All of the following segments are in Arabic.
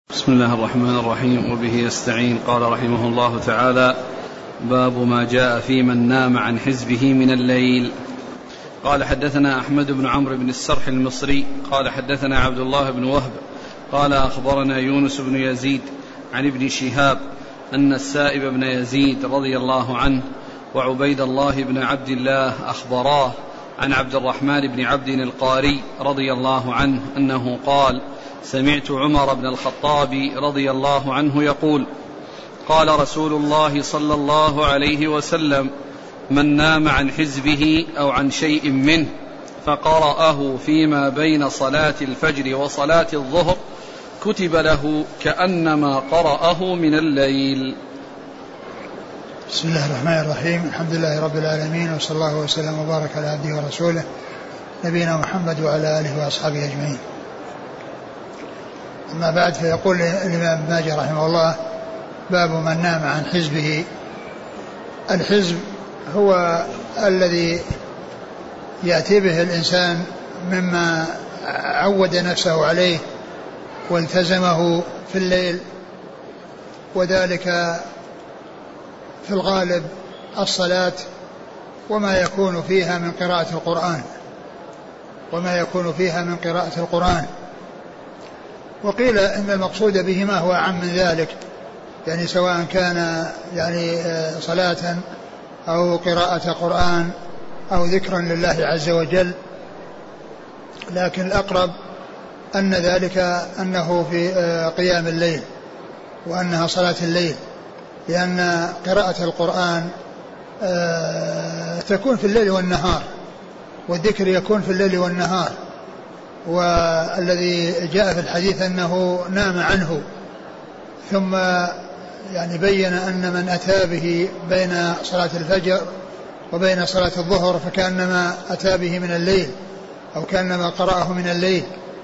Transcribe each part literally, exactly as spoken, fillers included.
بسم الله الرحمن الرحيم وبه يستعين. قال رحمه الله تعالى: باب ما جاء في من نام عن حزبه من الليل. قال: حدثنا أحمد بن عمرو بن السرح المصري قال حدثنا عبد الله بن وهب قال أخبرنا يونس بن يزيد عن ابن شهاب أن السائب بن يزيد رضي الله عنه وعبيد الله بن عبد الله أخبراه عن عبد الرحمن بن عبد القاري رضي الله عنه أنه قال: سمعت عمر بن الخطاب رضي الله عنه يقول: قال رسول الله صلى الله عليه وسلم: من نام عن حزبه أو عن شيء منه فقرأه فيما بين صلاة الفجر وصلاة الظهر كتب له كأنما قرأه من الليل. بسم الله الرحمن الرحيم. الحمد لله رب العالمين، وصلى الله وسلم وبارك على عبده ورسوله نبينا محمد وعلى آله وأصحابه أجمعين. أما بعد، فيقول الإمام ابن ماجه رحمه الله: باب من نام عن حزبه. الحزب هو الذي يأتي به الإنسان مما عود نفسه عليه والتزمه في الليل، وذلك في الغالب الصلاة وما يكون فيها من قراءة القرآن وما يكون فيها من قراءة القرآن وقيل إن المقصود بهما هو أعم من ذلك، يعني سواء كان يعني صلاة أو قراءة قرآن أو ذكرا لله عز وجل، لكن الأقرب أن ذلك أنه في قيام الليل وأنها صلاة الليل، لأن قراءة القرآن تكون في الليل والنهار، والذكر يكون في الليل والنهار. والذي جاء في الحديث أنه نام عنه، ثم يعني بين أن من أتى به بين صلاة الفجر وبين صلاة الظهر فكأنما أتى به من الليل أو كأنما قرأه من الليل.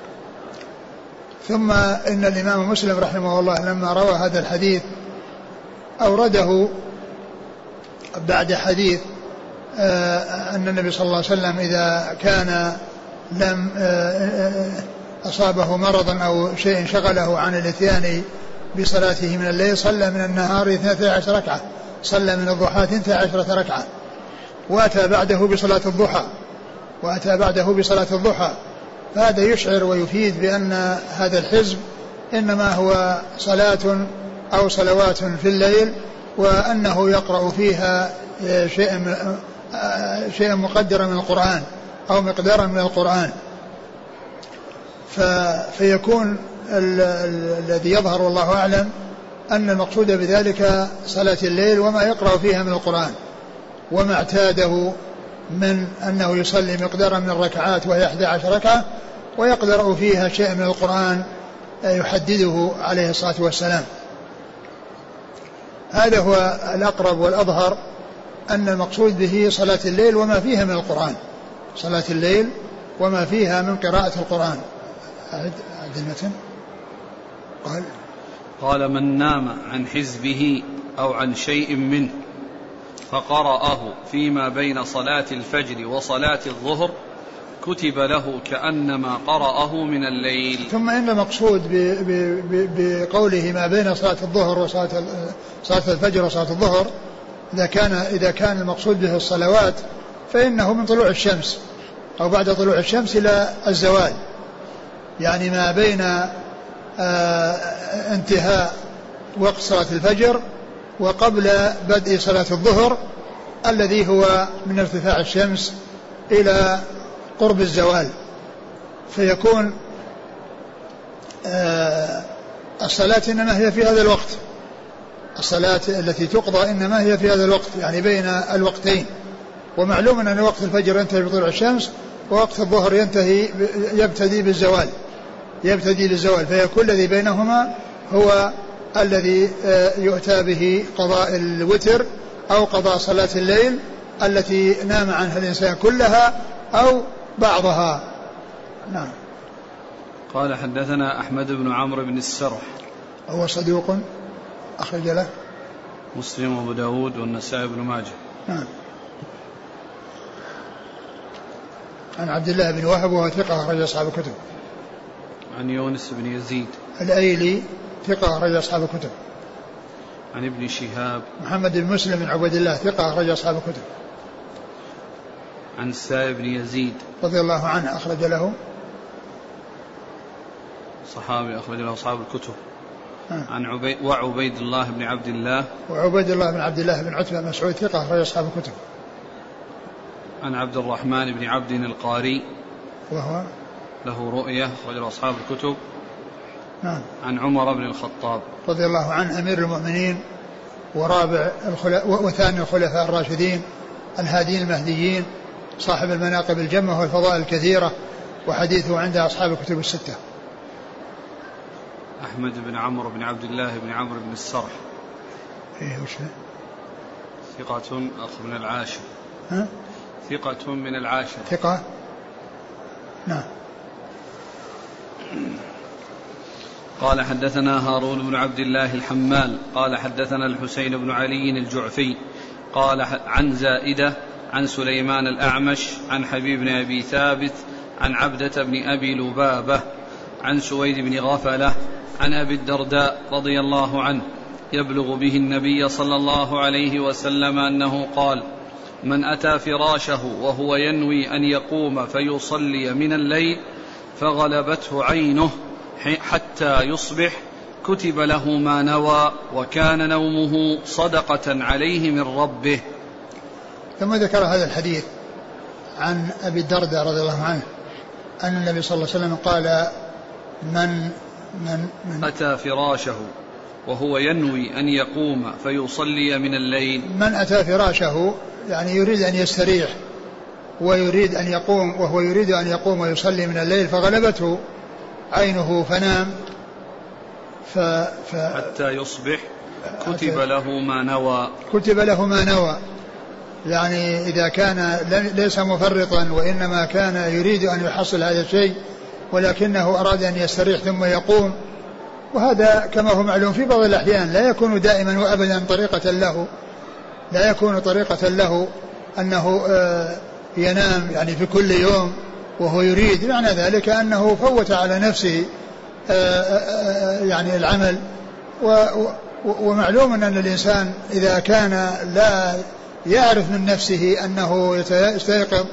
ثم إن الإمام مسلم رحمه الله لما روى هذا الحديث أورده بعد حديث أن النبي صلى الله عليه وسلم إذا كان لم أصابه مرضا أو شيء شغله عن الاتيان بصلاته من الليل صلى من النهار اثنتي عشر ركعة، صلى من الضحى اثنتي عشرة ركعة، وأتى بعده بصلاة الضحى وأتى بعده بصلاة الضحى فهذا يشعر ويفيد بأن هذا الحزب إنما هو صلاة أو صلوات في الليل، وأنه يقرأ فيها شيء شيء مقدر من القرآن أو مقدارا من القرآن. فيكون الذي يظهر والله أعلم أن المقصود بذلك صلاة الليل وما يقرأ فيها من القرآن، وما اعتاده من أنه يصلي مقدارا من الركعات وهي إحدى عشر ركعة ويقدر فيها شيء من القرآن يحدده عليه الصلاة والسلام. هذا هو الأقرب والأظهر، أن المقصود به صلاة الليل وما فيها من القرآن، صلاة الليل وما فيها من قراءة القرآن. أعد المتن. قال قال: من نام عن حزبه أو عن شيء منه فقرأه فيما بين صلاة الفجر وصلاة الظهر كتب له كأنما قرأه من الليل. ثم إن المقصود بقوله ما بين صلاة الظهر وصلاة صلاة الفجر وصلاة الظهر إذا كان إذا كان المقصود به الصلوات فإنه من طلوع الشمس أو بعد طلوع الشمس إلى الزوال، يعني ما بين آه انتهاء وقت صلاة الفجر وقبل بدء صلاة الظهر الذي هو من ارتفاع الشمس إلى قرب الزوال. فيكون آه الصلاة إنما هي في هذا الوقت، الصلاة التي تقضى إنما هي في هذا الوقت، يعني بين الوقتين. ومعلوم أن وقت الفجر ينتهي بطلوع الشمس ووقت الظهر ينتهي يبتدي بالزوال يبتدي بالزوال فيكون الذي بينهما هو الذي يؤتى به قضاء الوتر أو قضاء صلاة الليل التي نام عنها الإنسان كلها أو بعضها. نعم. قال: حدثنا أحمد بن عمرو بن السرح هو صدوق أخرج له مسلم وأبو داود والنسائي بن ماجه. نعم. عن عبد الله بن وهب وهو ثقة أخرج أصحاب الكتب. عن يونس بن يزيد الأيلي ثقة أخرج أصحاب الكتب. عن ابن شهاب محمد بن مسلم بن عبد الله ثقة أخرج أصحاب الكتب. عن السائب بن يزيد رضي الله عنه أخرج له صحابي أخرج له أصحاب الكتب. عن عبيد وعبيد الله بن عبد الله وعبيد الله بن عبد الله بن عتبة مسعود ثقة أخرج أصحاب الكتب. عن عبد الرحمن بن عبد القاري وهو له رؤية أخرج له أصحاب الكتب. نعم. عن عمر بن الخطاب رضي الله عنه أمير المؤمنين ورابع الخلفاء وثاني الخلفاء الراشدين الهادين المهديين صاحب المناقب الجمة والفضائل الكثيرة وحديثه عند أصحاب الكتب الستة. أحمد بن عمرو بن عبد الله بن عمرو بن السرح إيه وش ثقة أخ من العاشر. ها؟ ثقة من العاشر. ثقة. نعم. قال حدثنا هارون بن عبد الله الحمال قال حدثنا الحسين بن علي الجعفي قال عن زائدة عن سليمان الأعمش عن حبيب بن أبي ثابت عن عبدة بن أبي لبابة عن سويد بن غفلة عن أبي الدرداء رضي الله عنه يبلغ به النبي صلى الله عليه وسلم أنه قال: من أتى فراشه وهو ينوي أن يقوم فيصلي من الليل فغلبته عينه حتى يصبح كتب له ما نوى وكان نومه صدقة عليه من ربه. ثم ذكر هذا الحديث عن أبي الدرداء رضي الله عنه أن النبي صلى الله عليه وسلم قال: من, من, من أتى فراشه وهو ينوي أن يقوم فيصلي من الليل. من أتى فراشه يعني يريد أن يستريح ويريد أن يقوم وهو يريد أن يقوم ويصلي من الليل فغلبته عينه فنام ف... ف... حتى يصبح كتب له ما نوى. كتب له ما نوى يعني إذا كان ليس مفرطا وإنما كان يريد أن يحصل هذا الشيء ولكنه أراد أن يستريح ثم يقوم، وهذا كما هو معلوم في بعض الأحيان لا يكون دائما وأبدا طريقة له لا يكون طريقة له أنه ينام يعني في كل يوم وهو يريد، معنى ذلك أنه فوت على نفسه يعني العمل. ومعلوم أن الإنسان إذا كان لا يعرف من نفسه أنه يستيقظ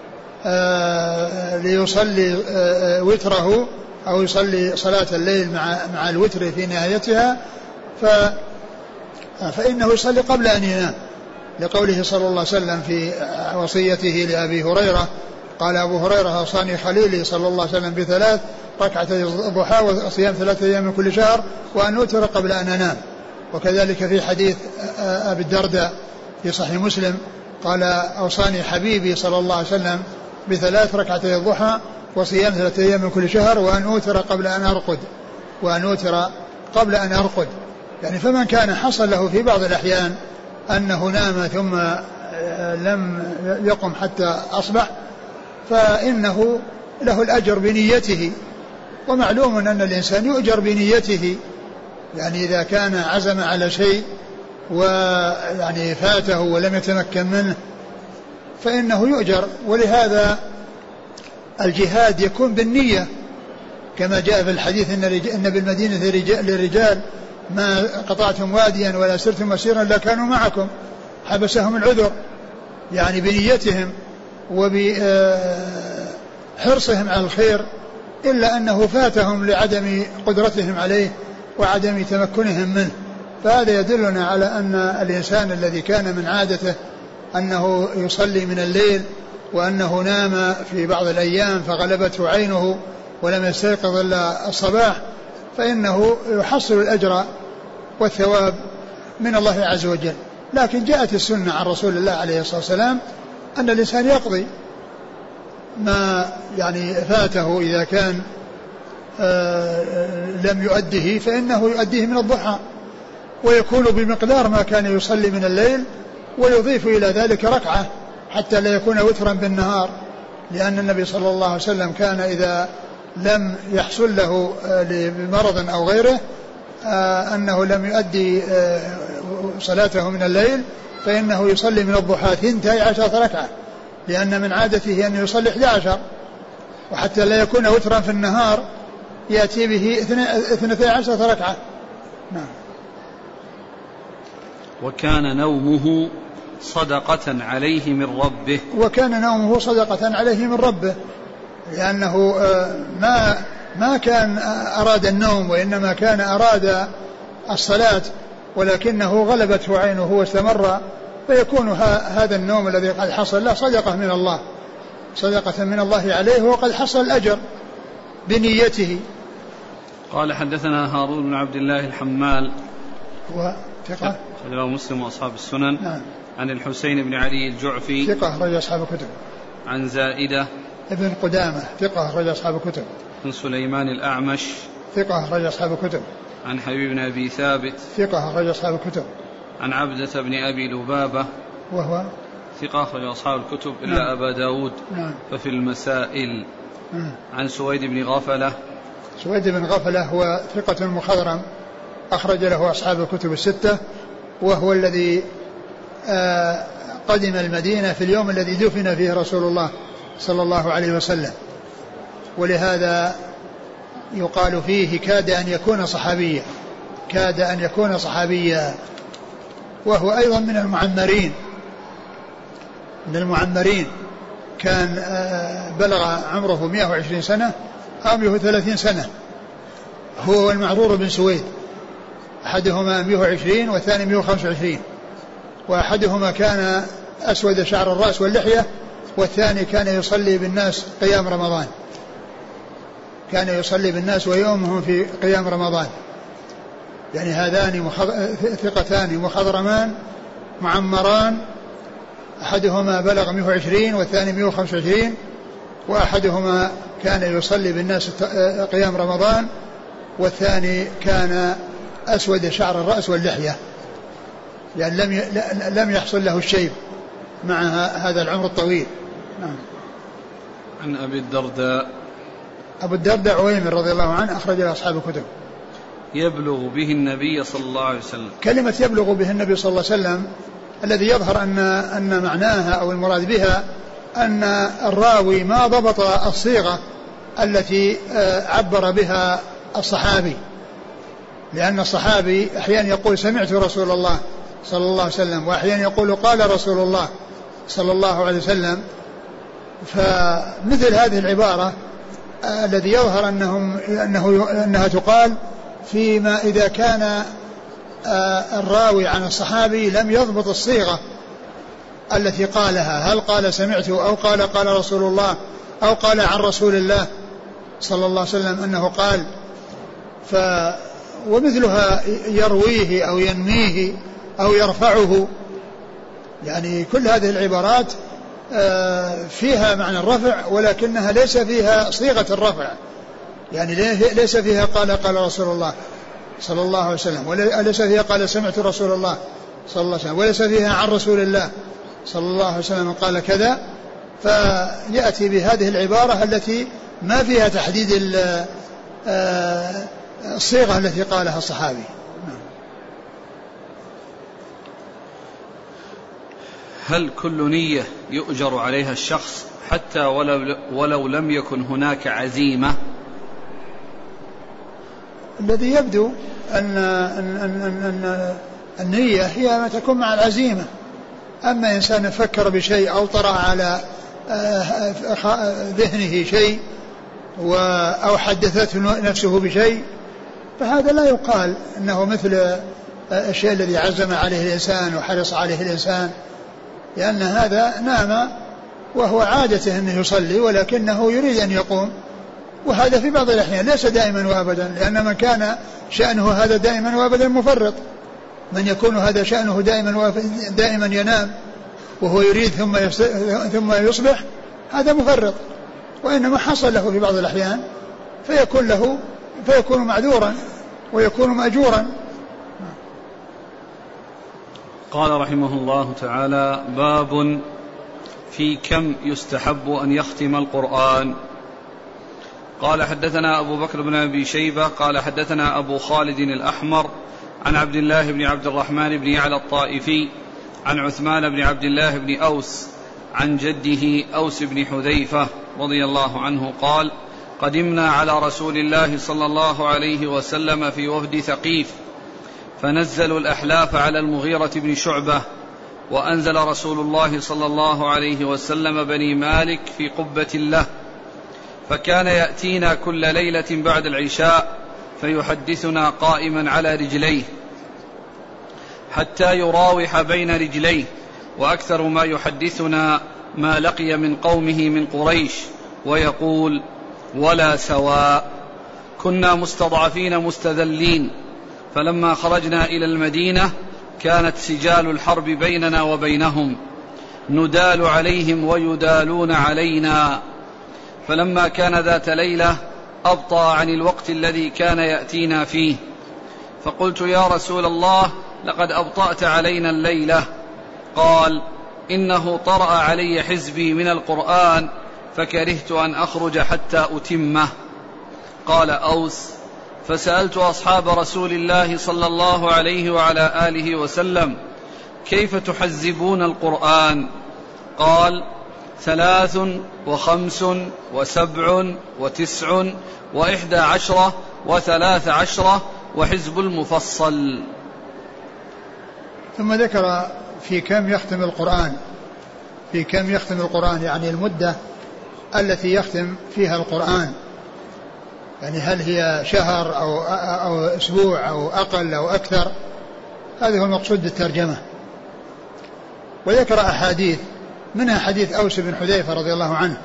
ليصلي وتره أو يصلي صلاة الليل مع مع الوتر في نهايتها ف فإنه يصلي قبل أن ينام، لقوله صلى الله عليه وسلم في وصيته لأبي هريرة قال أبو هريرة: أوصاني خليلي صلى الله عليه وسلم بثلاث: ركعتي الضحى وصيام ثلاثة أيام من كل شهر وأن أوتر قبل أن أنام. وكذلك في حديث أبي الدرداء في صحيح مسلم قال: أوصاني حبيبي صلى الله عليه وسلم بثلاث: ركعتي الضحى وصيام ثلاثة أيام من كل شهر وأن أوتر قبل أن أرقد وأن أوتر قبل أن أرقد. يعني فمن كان حصل له في بعض الأحيان أنه نام ثم لم يقم حتى أصبح فإنه له الأجر بنيته، ومعلوم أن الإنسان يؤجر بنيته، يعني إذا كان عزم على شيء ويعني فاته ولم يتمكن منه فإنه يؤجر. ولهذا الجهاد يكون بالنية كما جاء في الحديث إن بالمدينة للرجال ما قطعتم واديا ولا سرتم مسيرا لا كانوا معكم، حبسهم العذر، يعني بنيتهم وبحرصهم على الخير، إلا أنه فاتهم لعدم قدرتهم عليه وعدم تمكنهم منه. فهذا يدلنا على أن الإنسان الذي كان من عادته أنه يصلي من الليل وأنه نام في بعض الأيام فغلبته عينه ولم يستيقظ إلا الصباح فإنه يحصل الأجر والثواب من الله عز وجل. لكن جاءت السنة عن رسول الله عليه الصلاة والسلام أن الإنسان يقضي ما يعني فاته إذا كان لم يؤده فإنه يؤديه من الضحى ويكون بمقدار ما كان يصلي من الليل ويضيف إلى ذلك ركعة حتى لا يكون وترا بالنهار، لأن النبي صلى الله عليه وسلم كان إذا لم يحصل له بمرض أو غيره أنه لم يؤدي صلاته من الليل فإنه يصلي من الضحى ثنتي عشرة ركعة، لأن من عادته أن يصلي إحدى عشر، وحتى لا يكون وترا في النهار يأتي به اثنتي عشرة ركعة نعم. وكان نومه صدقة عليه من ربه. وكان نومه صدقة عليه من ربه، لأنه ما ما كان أراد النوم، وإنما كان أراد الصلاة، ولكنه غلبته عينه واستمر، فيكون هذا النوم الذي قد حصل له صدقة من الله، صدقة من الله عليه، وقد حصل الأجر بنيته. قال حدثنا هارون بن عبد الله الحمال وثقة رواه مسلم وأصحاب السنن. نعم. عن الحسين بن علي الجعفي ثقة رجل أصحاب الكتب. عن زائدة ابن قدامة ثقة رجل أصحاب الكتب. عن سليمان الأعمش ثقة رجل أصحاب الكتب. عن حبيب بن أبي ثابت ثقة رجل أصحاب الكتب. عن عبدة بن أبي لبابة وهو ثقة رجل أصحاب الكتب إلا نعم. أبا داود نعم. ففي المسائل. نعم. عن سويد بن غفلة سويد بن غفلة هو ثقة مخضرم أخرج له أصحاب الكتب الستة، وهو الذي قدم المدينة في اليوم الذي دفن فيه رسول الله صلى الله عليه وسلم، ولهذا يقال فيه كاد أن يكون صحابيا، كاد أن يكون صحابيا. وهو أيضا من المعمرين، من المعمرين، كان بلغ عمره مئة وعشرين سنة أو مئة وثلاثين سنة، هو المعرور بن سويد، أحدهما مئة وعشرين والثاني مئة وخمسة وعشرين، وأحدهما كان أسود شعر الرأس واللحية، والثاني كان يصلي بالناس قيام رمضان، كان يصلي بالناس ويومهم في قيام رمضان. يعني هذان مخض... ثقتان مخضرمان معمران، أحدهما بلغ مئة وعشرين والثاني مئة وخمسة وعشرين، وأحدهما كان يصلي بالناس قيام رمضان، والثاني كان أسود شعر الرأس واللحية، يعني لم لم يحصل له الشيب مع هذا العمر الطويل. نعم. عن أبي الدرداء أبو الدرداء عويمر رضي الله عنه أخرج له أصحاب الكتب. يبلغ به النبي صلى الله عليه وسلم. كلمة يبلغ به النبي صلى الله عليه وسلم الذي يظهر أن أن معناها أو المراد بها أن الراوي ما ضبط الصيغة التي عبر بها الصحابي، لأن الصحابي أحيانا يقول سمعت رسول الله صلى الله عليه وسلم، وأحيانا يقول قال رسول الله صلى الله عليه وسلم. فمثل هذه العبارة الذي يظهر أنهم أنه أنها تقال فيما إذا كان الراوي عن الصحابي لم يضبط الصيغة التي قالها، هل قال سمعت أو قال قال رسول الله أو قال عن رسول الله صلى الله عليه وسلم أنه قال. ف ومثلها يرويه أو ينميه أو يرفعه، يعني كل هذه العبارات فيها معنى الرفع ولكنها ليس فيها صيغة الرفع، يعني ليس فيها قال قال رسول الله صلى الله عليه وسلم، وليس فيها قال سمعت رسول الله صلى الله عليه وسلم، وليس فيها عن رسول الله صلى الله عليه وسلم قال كذا. فيأتي بهذه العبارة التي ما فيها تحديد الصيغة التي قالها الصحابي. هل كل نية يؤجر عليها الشخص حتى ولو, ولو لم يكن هناك عزيمة؟ الذي يبدو أن, أن, أن, أن النية هي ما تكون مع العزيمة. أما إنسان فكر بشيء أو طرح على ذهنه شيء أو حدثته نفسه بشيء، فهذا لا يقال أنه مثل الشيء الذي عزم عليه الإنسان وحرص عليه الإنسان، لأن هذا نام وهو عادته أنه يصلي ولكنه يريد أن يقوم، وهذا في بعض الأحيان ليس دائما وأبدا، لأن من كان شأنه هذا دائما وأبدا مفرط. من يكون هذا شأنه دائما دائما ينام وهو يريد ثم ثم يصبح، هذا مفرط. وإنما حصل له في بعض الأحيان فيكون له فيكون معذورا ويكون مأجورا. قال رحمه الله تعالى: باب في كم يستحب أن يختم القرآن. قال حدثنا أبو بكر بن أبي شيبة قال حدثنا أبو خالد الأحمر عن عبد الله بن عبد الرحمن بن يعلى الطائفي عن عثمان بن عبد الله بن أوس عن جده أوس بن حذيفة رضي الله عنه قال: قدمنا على رسول الله صلى الله عليه وسلم في وفد ثقيف فنزلوا الأحلاف على المغيرة بن شعبة، وأنزل رسول الله صلى الله عليه وسلم بني مالك في قبة له، فكان يأتينا كل ليلة بعد العشاء فيحدثنا قائما على رجليه حتى يراوح بين رجليه، وأكثر ما يحدثنا ما لقي من قومه من قريش، ويقول: ولا سواء، كنا مستضعفين مستذلين، فلما خرجنا إلى المدينة كانت سجال الحرب بيننا وبينهم، ندال عليهم ويدالون علينا، فلما كان ذات ليلة أبطأ عن الوقت الذي كان يأتينا فيه، فقلت: يا رسول الله، لقد أبطأت علينا الليلة. قال: إنه طرأ علي حزبي من القرآن فكرهت أن أخرج حتى أتمه. قال أوس: فسألت أصحاب رسول الله صلى الله عليه وعلى آله وسلم: كيف تحزبون القرآن؟ قال: ثلاث وخمس وسبع وتسع وإحدى عشرة وثلاث عشرة وحزب المفصل. ثم ذكر في كم يختم القرآن في كم يختم القرآن يعني المدة التي يختم فيها القرآن، يعني هل هي شهر أو, أو أسبوع أو أقل أو أكثر. هذا هو المقصود بالترجمة. وذكر أحاديث، منها حديث أوس بن حذيفة رضي الله عنه،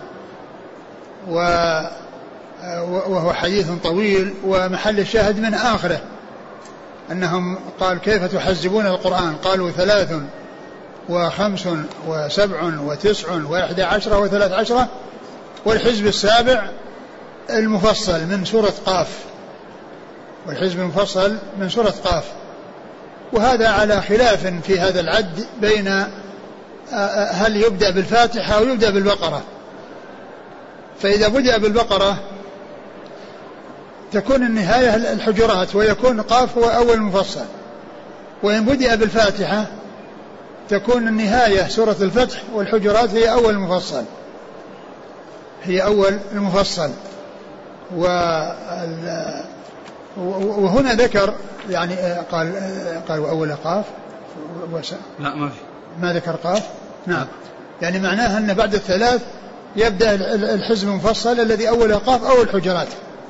وهو حديث طويل، ومحل الشاهد من آخره أنهم قال: كيف تحزبون القرآن؟ قالوا: ثلاث وخمس وسبع وتسع وإحدى عشرة وثلاث عشرة، والحزب السابع المفصل من سورة قاف، والحزب المفصل من سورة قاف. وهذا على خلاف في هذا العد بين هل يبدأ بالفاتحة أو يبدأ بالبقرة. فإذا بدأ بالبقرة تكون النهاية الحجرات، ويكون قاف هو أول المفصل. وإن بدأ بالفاتحة تكون النهاية سورة الفتح، والحجرات هي أول المفصل هي أول المفصل. وهنا ذكر يعني قال قال وأول قاف، لا ما في ما ذكر قاف. نعم، يعني معناها أن بعد الثلاث يبدأ الحزب المفصل الذي أوله قاف أو الحجرات،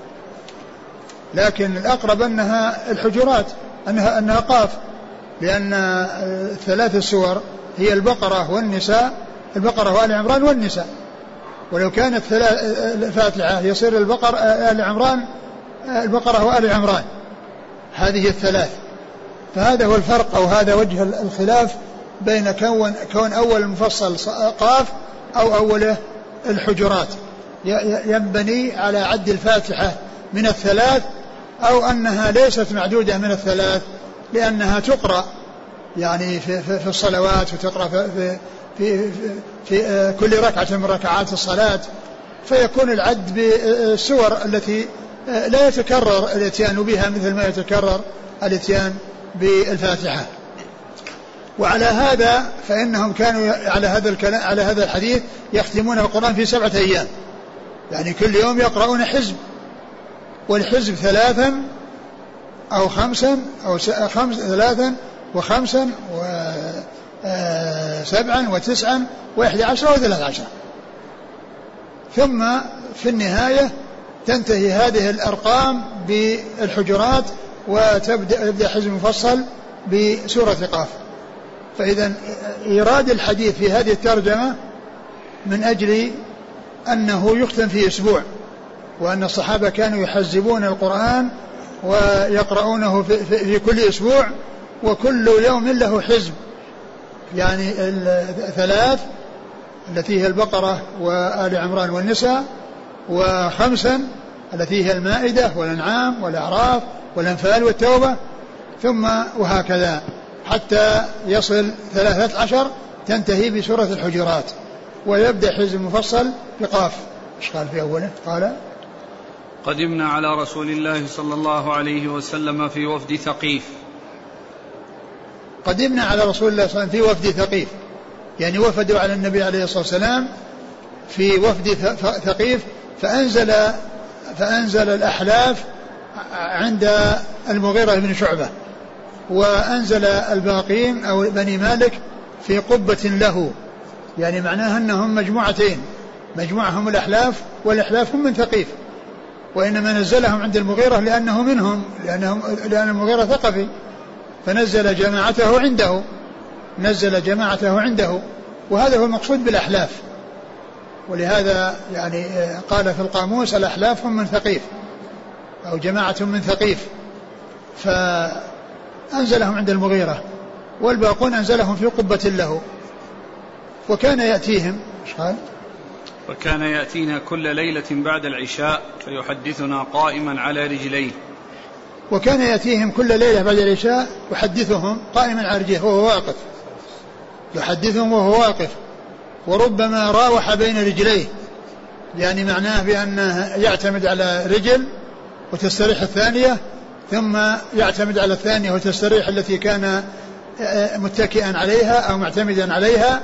لكن الأقرب أنها الحجرات أنها أنها قاف، لأن الثلاث السور هي البقرة والنساء، البقرة وآل عمران والنساء. ولو كانت الفاتحة يصير البقرة آل عمران البقرة وآل عمران، هذه الثلاث. فهذا هو الفرق، أو هذا وجه الخلاف بين كون, كون أول المفصل قاف أو أوله الحجرات، ينبني على عد الفاتحة من الثلاث، أو أنها ليست معدودة من الثلاث، لأنها تقرأ يعني في, في, في الصلوات، وتقرأ في, في, في, في كل ركعة من ركعات الصلاة، فيكون العد بالسور التي لا يتكرر الاتيان بها مثل ما يتكرر الاتيان بالفاتحة. وعلى هذا فإنهم كانوا على هذا الكلام على هذا الحديث يختمون القرآن في سبعة أيام، يعني كل يوم يقرؤون حزب، والحزب ثلاثا أو خمسا أو خمس ثلاثا وخمسا وسبعا وتسعا وإحدى عشرة وثلاث عشرة. ثم في النهاية تنتهي هذه الأرقام بالحجرات، وتبدأ يبدأ حزب مفصل بسورة قاف. فإذا إيراد الحديث في هذه الترجمة من أجل أنه يختم في أسبوع، وأن الصحابة كانوا يحزبون القرآن ويقرؤونه في, في, في كل أسبوع، وكل يوم له حزب، يعني الثلاث التي هي البقرة وآل عمران والنساء، وخمسا التي هي المائدة والأنعام والأعراف والأنفال والتوبة، ثم وهكذا حتى يصل ثلاثة عشر تنتهي بسورة الحجرات، ويبدأ حزب مفصل بقاف. ايش قال في أوله؟ قال: قدمنا على رسول الله صلى الله عليه وسلم في وفد ثقيف. قدمنا على رسول الله صلى الله عليه وسلم في وفد ثقيف، يعني وفدوا على النبي عليه الصلاة والسلام في وفد ثقيف، فأنزل فأنزل الأحلاف عند المغيرة بن شعبة، وأنزل الباقين أو بني مالك في قبة له، يعني معناها أنهم مجموعتين، مجموعهم الأحلاف والأحلاف هم من ثقيف، وإنما نزلهم عند المغيرة لأنه منهم، لأنهم لأن المغيرة ثقفي، فنزل جماعته عنده، نزل جماعته عنده، وهذا هو المقصود بالأحلاف. ولهذا يعني قال في القاموس الأحلاف هم من ثقيف أو جماعة من ثقيف، فأنزلهم عند المغيرة، والباقون أنزلهم في قبة له. وكان يأتيهم قال وكان يأتينا كل ليلة بعد العشاء فيحدثنا قائما على رجليه. وكان يأتيهم كل ليلة بعد العشاء يحدثهم قائما على رجليه وهو واقف، يحدثهم وهو واقف، وربما راوح بين رجليه، يعني معناه بأنه يعتمد على رجل وتستريح الثانية، ثم يعتمد على الثانية وتستريح التي كان متكئا عليها أو معتمدا عليها،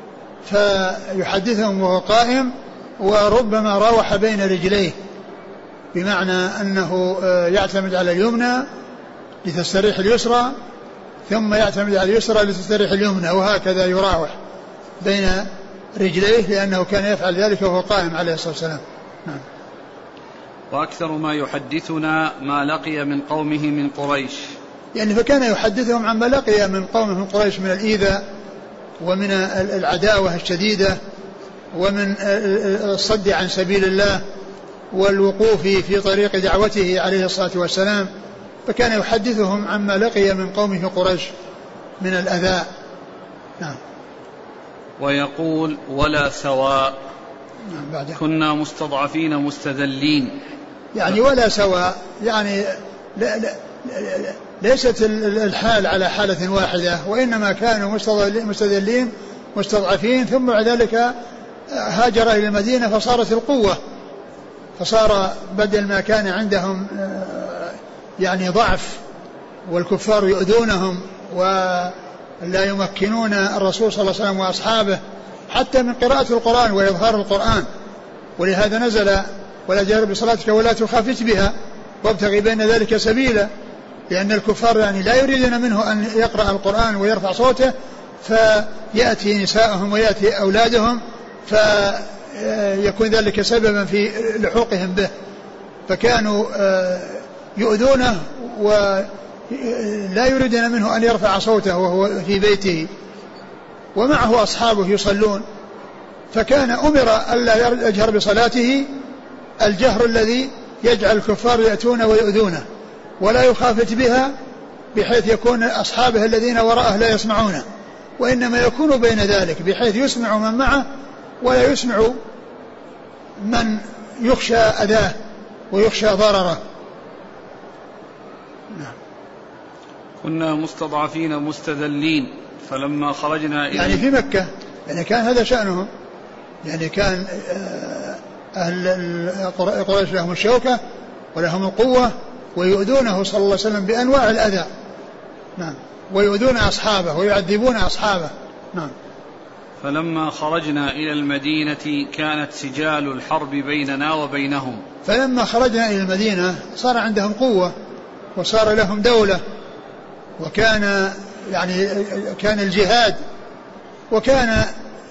فيحدثهم وهو قائم، وربما راوح بين رجليه، بمعنى أنه يعتمد على اليمنى لتستريح اليسرى، ثم يعتمد على اليسرى لتستريح اليمنى، وهكذا يراوح بين رجليه، لأنه كان يفعل ذلك وهو قائم عليه الصلاة والسلام. نعم. وأكثر ما يحدثنا ما لقي من قومه من قريش، يعني فكان يحدثهم عما لقي من قومه من قريش من الإيذاء ومن العداوة الشديدة ومن الصد عن سبيل الله والوقوف في طريق دعوته عليه الصلاة والسلام، فكان يحدثهم عما لقي من قومه قريش من الأذى. نعم. ويقول ولا سواء، نعم، كنا مستضعفين مستذلين، يعني ولا سواء، يعني لا لا لا ليست الحال على حالة واحدة، وإنما كانوا مستذلين مستضعفين، ثم بعد ذلك هاجر إلى المدينة فصارت القوة، فصار بدل ما كان عندهم يعني ضعف والكفار يؤذونهم ولا يمكنون الرسول صلى الله عليه وسلم وأصحابه حتى من قراءة القرآن وإظهار القرآن. ولهذا نزل ولا جهر بصلاتك ولا تخافت بها وابتغي بين ذلك سبيلا، لأن الكفار يعني لا يريدون منه أن يقرأ القرآن ويرفع صوته، فيأتي نساءهم ويأتي أولادهم فيكون ذلك سببا في لحوقهم به، فكانوا يؤذونه ولا يريدون منه أن يرفع صوته وهو في بيته ومعه أصحابه يصلون، فكان أمر ألا يجهر بصلاته الجهر الذي يجعل الكفار يأتون ويؤذونه، ولا يخافت بها بحيث يكون أصحابه الذين وراءه لا يسمعونه، وإنما يكون بين ذلك بحيث يسمع من معه ولا يسمع من يخشى أذاه ويخشى ضرره. نعم. كنا مستضعفين مستذلين فلما خرجنا إلى يعني في مكة، يعني كان هذا شأنهم، يعني كان أهل قريش لهم الشوكة ولهم القوة ويؤذونه صلى الله عليه وسلم بأنواع الأذى. نعم. ويؤذون أصحابه ويعذبون أصحابه. نعم. فلما خرجنا إلى المدينة كانت سجال الحرب بيننا وبينهم. فلما خرجنا إلى المدينة صار عندهم قوة وصار لهم دولة، وكان يعني كان الجهاد، وكان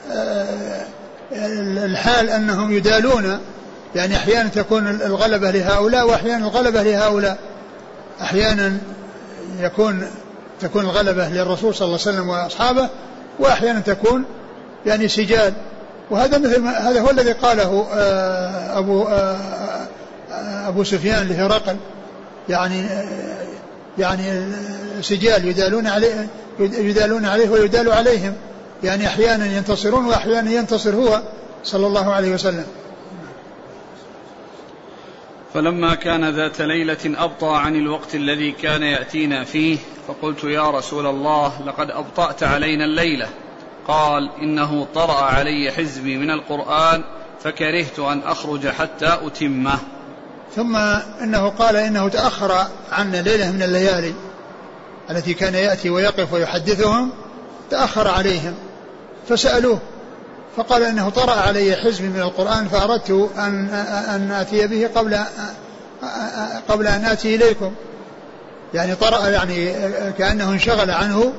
الحال أنهم يدالون، يعني أحيانا تكون الغلبة لهؤلاء وأحيانا الغلبة لهؤلاء، أحيانا يكون تكون الغلبة للرسول صلى الله عليه وسلم وأصحابه، وأحيانا تكون يعني سجال. وهذا مثل هذا هو الذي قاله أبو أبو سفيان لهرقل، يعني يعني سجال يدالون عليه يدالون عليه ويدال عليهم، يعني أحيانا ينتصرون وأحيانا ينتصر هو صلى الله عليه وسلم. فلما كان ذات ليلة أبطأ عن الوقت الذي كان يأتينا فيه فقلت يا رسول الله لقد أبطأت علينا الليلة. قال إنه طرأ علي حزبي من القرآن فكرهت أن أخرج حتى أتمه. ثم إنه قال إنه تأخر عنا ليلة من الليالي التي كان يأتي ويقف ويحدثهم، تأخر عليهم فسألوه فقال إنه طرأ علي حزبي من القرآن فأردت أن, أن آتي به قبل, قبل أن آتي إليكم. يعني طرأ يعني كأنه انشغل عنه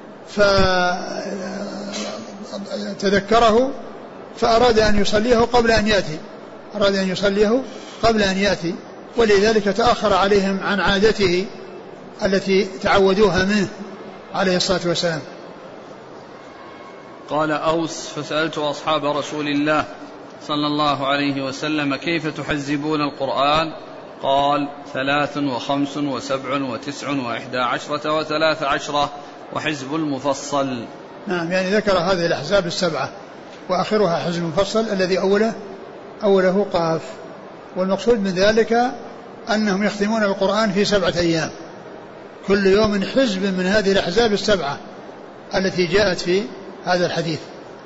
فتذكره فأراد أن يصليه قبل أن يأتي أراد أن يصليه قبل أن يأتي ولذلك تأخر عليهم عن عادته التي تعودوها منه عليه الصلاة والسلام. قال أوس فسألت أصحاب رسول الله صلى الله عليه وسلم كيف تحزبون القرآن؟ قال ثلاث وخمس وسبع وتسع وإحدى عشرة وثلاث عشرة وحزب المفصل. نعم يعني ذكر هذه الأحزاب السبعة وآخرها حزب المفصل الذي أوله أوله قاف. والمقصود من ذلك أنهم يختمون القرآن في سبعة أيام كل يوم حزب من هذه الأحزاب السبعة التي جاءت في هذا الحديث.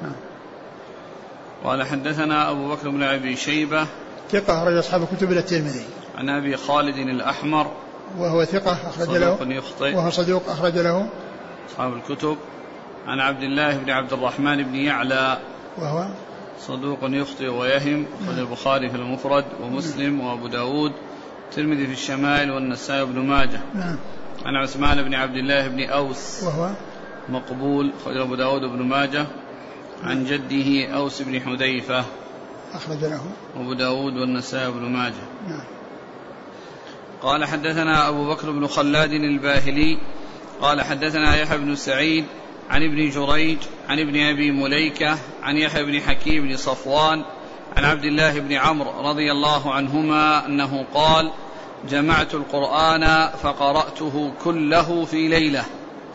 قال حدثنا أبو بكر بن أبي شيبة ثقة أخرج أصحاب الكتب إلى الترمذي. عن أبي خالد الأحمر وهو ثقة أخرج له يخطئ وهو صدوق أخرج له أصحاب الكتب. عن عبد الله بن عبد الرحمن بن يعلى وهو صدوق يخطئ ويهم أخرج البخاري في المفرد ومسلم وأبو داود الترمذي في الشمائل والنسائي بن ماجه. نعم. عن عثمان بن عبد الله بن أوس وهو مقبول أخرج أبو داود بن ماجه. عن جده أوس بن حذيفة أخرج له أبو داود والنسائي بن ماجه. نعم. قال حدثنا أبو بكر بن خلاد الباهلي قال حدثنا يحيى بن سعيد عن ابن جريج عن ابن أبي مليكة عن يحيى بن حكيم بن صفوان عن عبد الله بن عمرو رضي الله عنهما أنه قال جمعت القرآن فقرأته كله في ليلة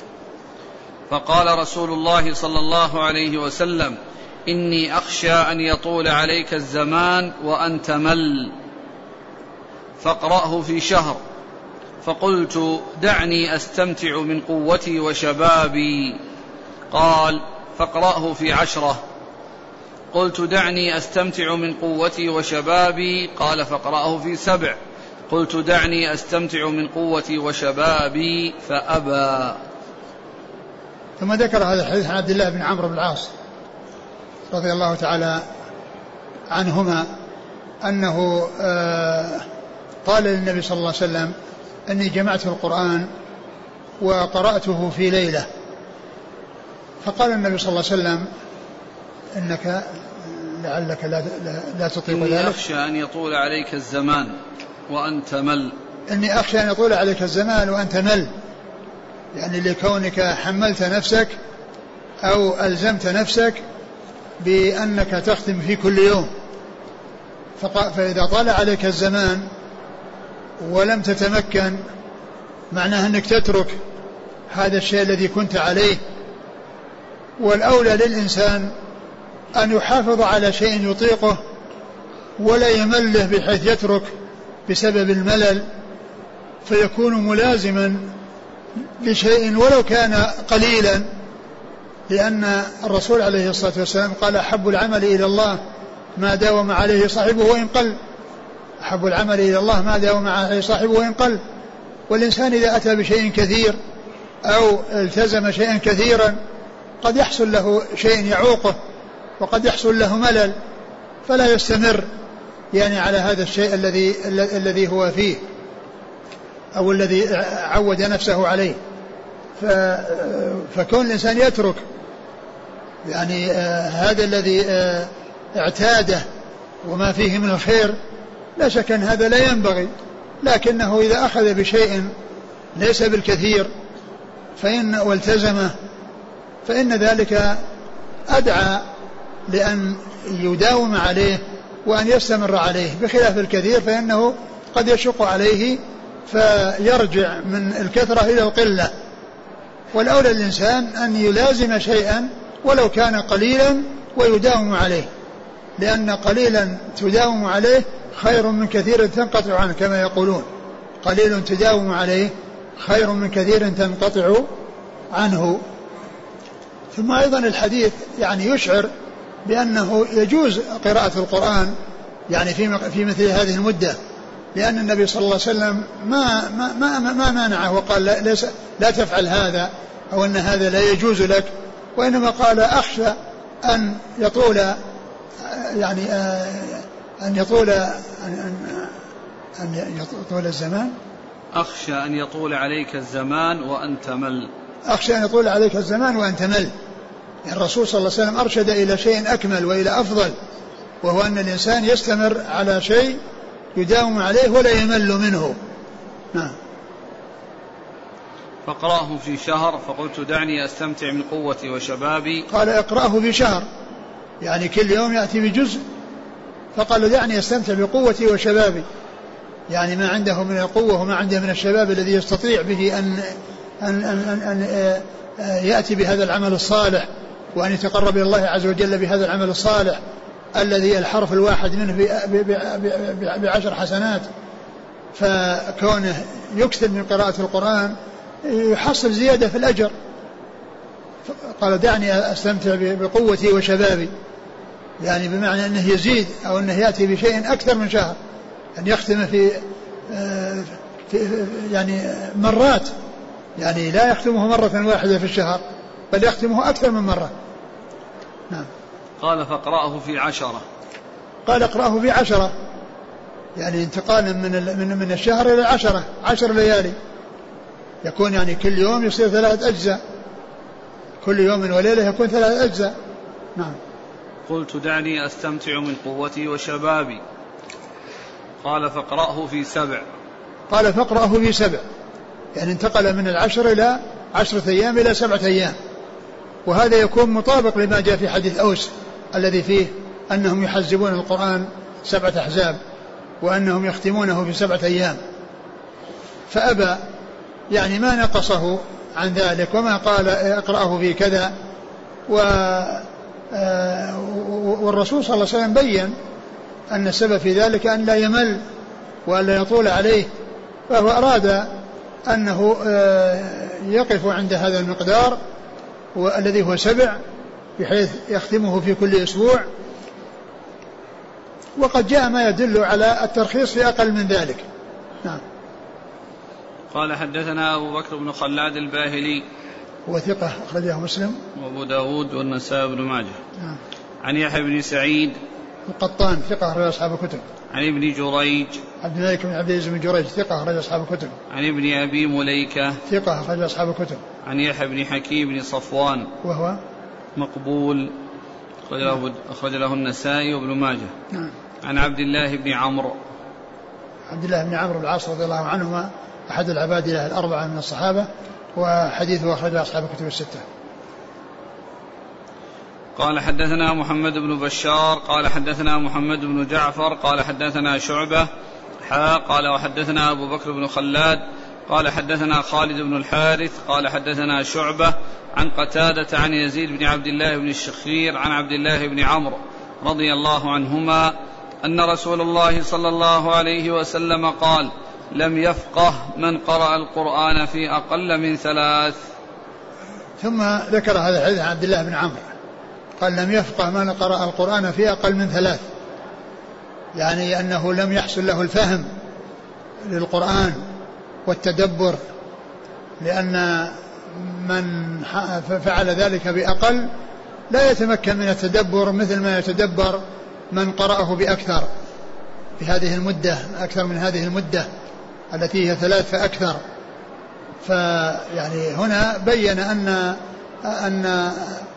فقال رسول الله صلى الله عليه وسلم إني أخشى أن يطول عليك الزمان وأن تمل فاقرأه في شهر فقلت دعني أستمتع من قوتي وشبابي قال فاقرأه في عشرة قلت دعني أستمتع من قوتي وشبابي قال فاقرأه في سبع قلت دعني أستمتع من قوتي وشبابي فأبى. ثم ذكر هذا الحديث عن عبد الله بن عمرو بن العاص رضي الله تعالى عنهما أنه قال للنبي صلى الله عليه وسلم أني جمعت القرآن وقرأته في ليلة فقال النبي صلى الله عليه وسلم إنك لعلك لا, لا تطيق ذلك إني أخشى أن يطول عليك الزمان وأن تمل إني أخشى أن يطول عليك الزمان وأن تمل يعني لكونك حملت نفسك أو ألزمت نفسك بأنك تختم في كل يوم فإذا طال عليك الزمان ولم تتمكن معناه أنك تترك هذا الشيء الذي كنت عليه. والأولى للإنسان أن يحافظ على شيء يطيقه ولا يمله بحيث يترك بسبب الملل فيكون ملازما لشيء ولو كان قليلا لأن الرسول عليه الصلاة والسلام قال أحب العمل إلى الله ما داوم عليه صاحبه وإن قل أحب العمل إلى الله ما داوم عليه صاحبه وإن قل. والإنسان إذا أتى بشيء كثير أو التزم شيئا كثيرا قد يحصل له شيء يعوقه وقد يحصل له ملل فلا يستمر يعني على هذا الشيء الذي الذي هو فيه أو الذي عود نفسه عليه. فكون الإنسان يترك يعني آه هذا الذي آه اعتاده وما فيه من الخير لا شك أن هذا لا ينبغي لكنه إذا أخذ بشيء ليس بالكثير فإن والتزمه فإن ذلك أدعى لأن يداوم عليه وأن يستمر عليه بخلاف الكثير فإنه قد يشق عليه فيرجع من الكثرة إلى القلة. والأولى الإنسان أن يلازم شيئا ولو كان قليلا ويداوم عليه لأن قليلا تداوم عليه خير من كثير تنقطع عنه كما يقولون قليل تداوم عليه خير من كثير تنقطع عنه. ثم أيضا الحديث يعني يشعر بأنه يجوز قراءة القرآن يعني في في مثل هذه المدة لأن النبي صلى الله عليه وسلم ما ما ما, ما مانعه وقال لا, ليس لا تفعل هذا أو أن هذا لا يجوز لك وإنما قال أخشى أن يطول يعني أن يطول أن, أن يطول الزمان أخشى أن يطول عليك الزمان وأن تمل. أخشى أن يطول عليك الزمان وأن تمل. يعني الرسول صلى الله عليه وسلم أرشد إلى شيء أكمل وإلى أفضل، وهو أن الإنسان يستمر على شيء يداوم عليه ولا يمل منه. نعم. فاقرأه في شهر، فقلت دعني أستمتع من قوتي وشبابي. قال اقرأه في شهر، يعني كل يوم يأتي بجزء، فقال دعني أستمتع بقوتي وشبابي، يعني ما عنده من القوة وما عنده من الشباب الذي يستطيع به أن, أن, أن, أن يأتي بهذا العمل الصالح، وأن يتقرب إلى الله عز وجل بهذا العمل الصالح الذي الحرف الواحد منه بعشر حسنات. فكونه يكثر من قراءة القرآن يحصل زيادة في الأجر. قال دعني أستمتع بقوتي وشبابي، يعني بمعنى أنه يزيد أو أنه يأتي بشيء أكثر من شهر، أن يختم في, في يعني مرات، يعني لا يختمه مرة واحدة في الشهر بل يختمه أكثر من مرة. نعم. قال فاقرأه في عشرة. قال اقرأه في عشرة، يعني انتقالا من من من الشهر إلى عشرة، عشر ليالي، يكون يعني كل يوم يصير ثلاث أجزاء، كل يوم وليلة يكون ثلاث أجزاء. نعم. قلت دعني أستمتع من قوتي وشبابي. قال فاقرأه في سبع. قال فاقرأه في سبع، يعني انتقل من العشر إلى عشرة أيام إلى سبعة أيام، وهذا يكون مطابق لما جاء في حديث أوس الذي فيه أنهم يحزبون القرآن سبعة أحزاب وأنهم يختمونه في سبعة أيام، فأبى، يعني ما نقصه عن ذلك وما قال اقرأه في كذا. والرسول صلى الله عليه وسلم بين أن السبب في ذلك أن لا يمل وأن لا يطول عليه، فهو أراد أنه يقف عند هذا المقدار والذي هو سبع، بحيث يختمه في كل أسبوع. وقد جاء ما يدل على الترخيص في أقل من ذلك. نعم. قال حدثنا أبو بكر بن خلاد الباهلي وثقة أخرجه مسلم وأبو داود والنسائي بن ماجه. نعم. عن يحيى بن سعيد القطان ثقة أخرج أصحاب الكتب. عن ابن جريج عبد الملك بن عبد العزيز بن جريج ثقة أخرج أصحاب الكتب. عن ابن أبي مليكة ثقة أخرج أصحاب الكتب. عن يحيى بن حكيم بن صفوان وهو مقبول أخرج له النسائي وابن ماجه. نعم. عن عبد الله بن عمرو عبد الله بن عمرو بن العاص رضي الله عنهما أحد العباد الأربعة من الصحابة، وحديثه أخرجه أصحاب الكتب الستة. قال حدثنا محمد بن بشار قال حدثنا محمد بن جعفر قال حدثنا شعبة حا قال وحدثنا أبو بكر بن خلاد قال حدثنا خالد بن الحارث قال حدثنا شعبة عن قتادة عن يزيد بن عبد الله بن الشخير عن عبد الله بن عمرو رضي الله عنهما أن رسول الله صلى الله عليه وسلم قال لم يفقه من قرأ القرآن في أقل من ثلاث. ثم ذكر هذا الحديث عن عبد الله بن عمرو قال لم يفقه من قرأ القرآن في أقل من ثلاث، يعني أنه لم يحصل له الفهم للقرآن والتدبر، لأن من فعل ذلك بأقل لا يتمكن من التدبر مثل ما يتدبر من قرأه بأكثر في هذه المدة، أكثر من هذه المدة التي هي ثلاث فأكثر. فيعني هنا بين أن أن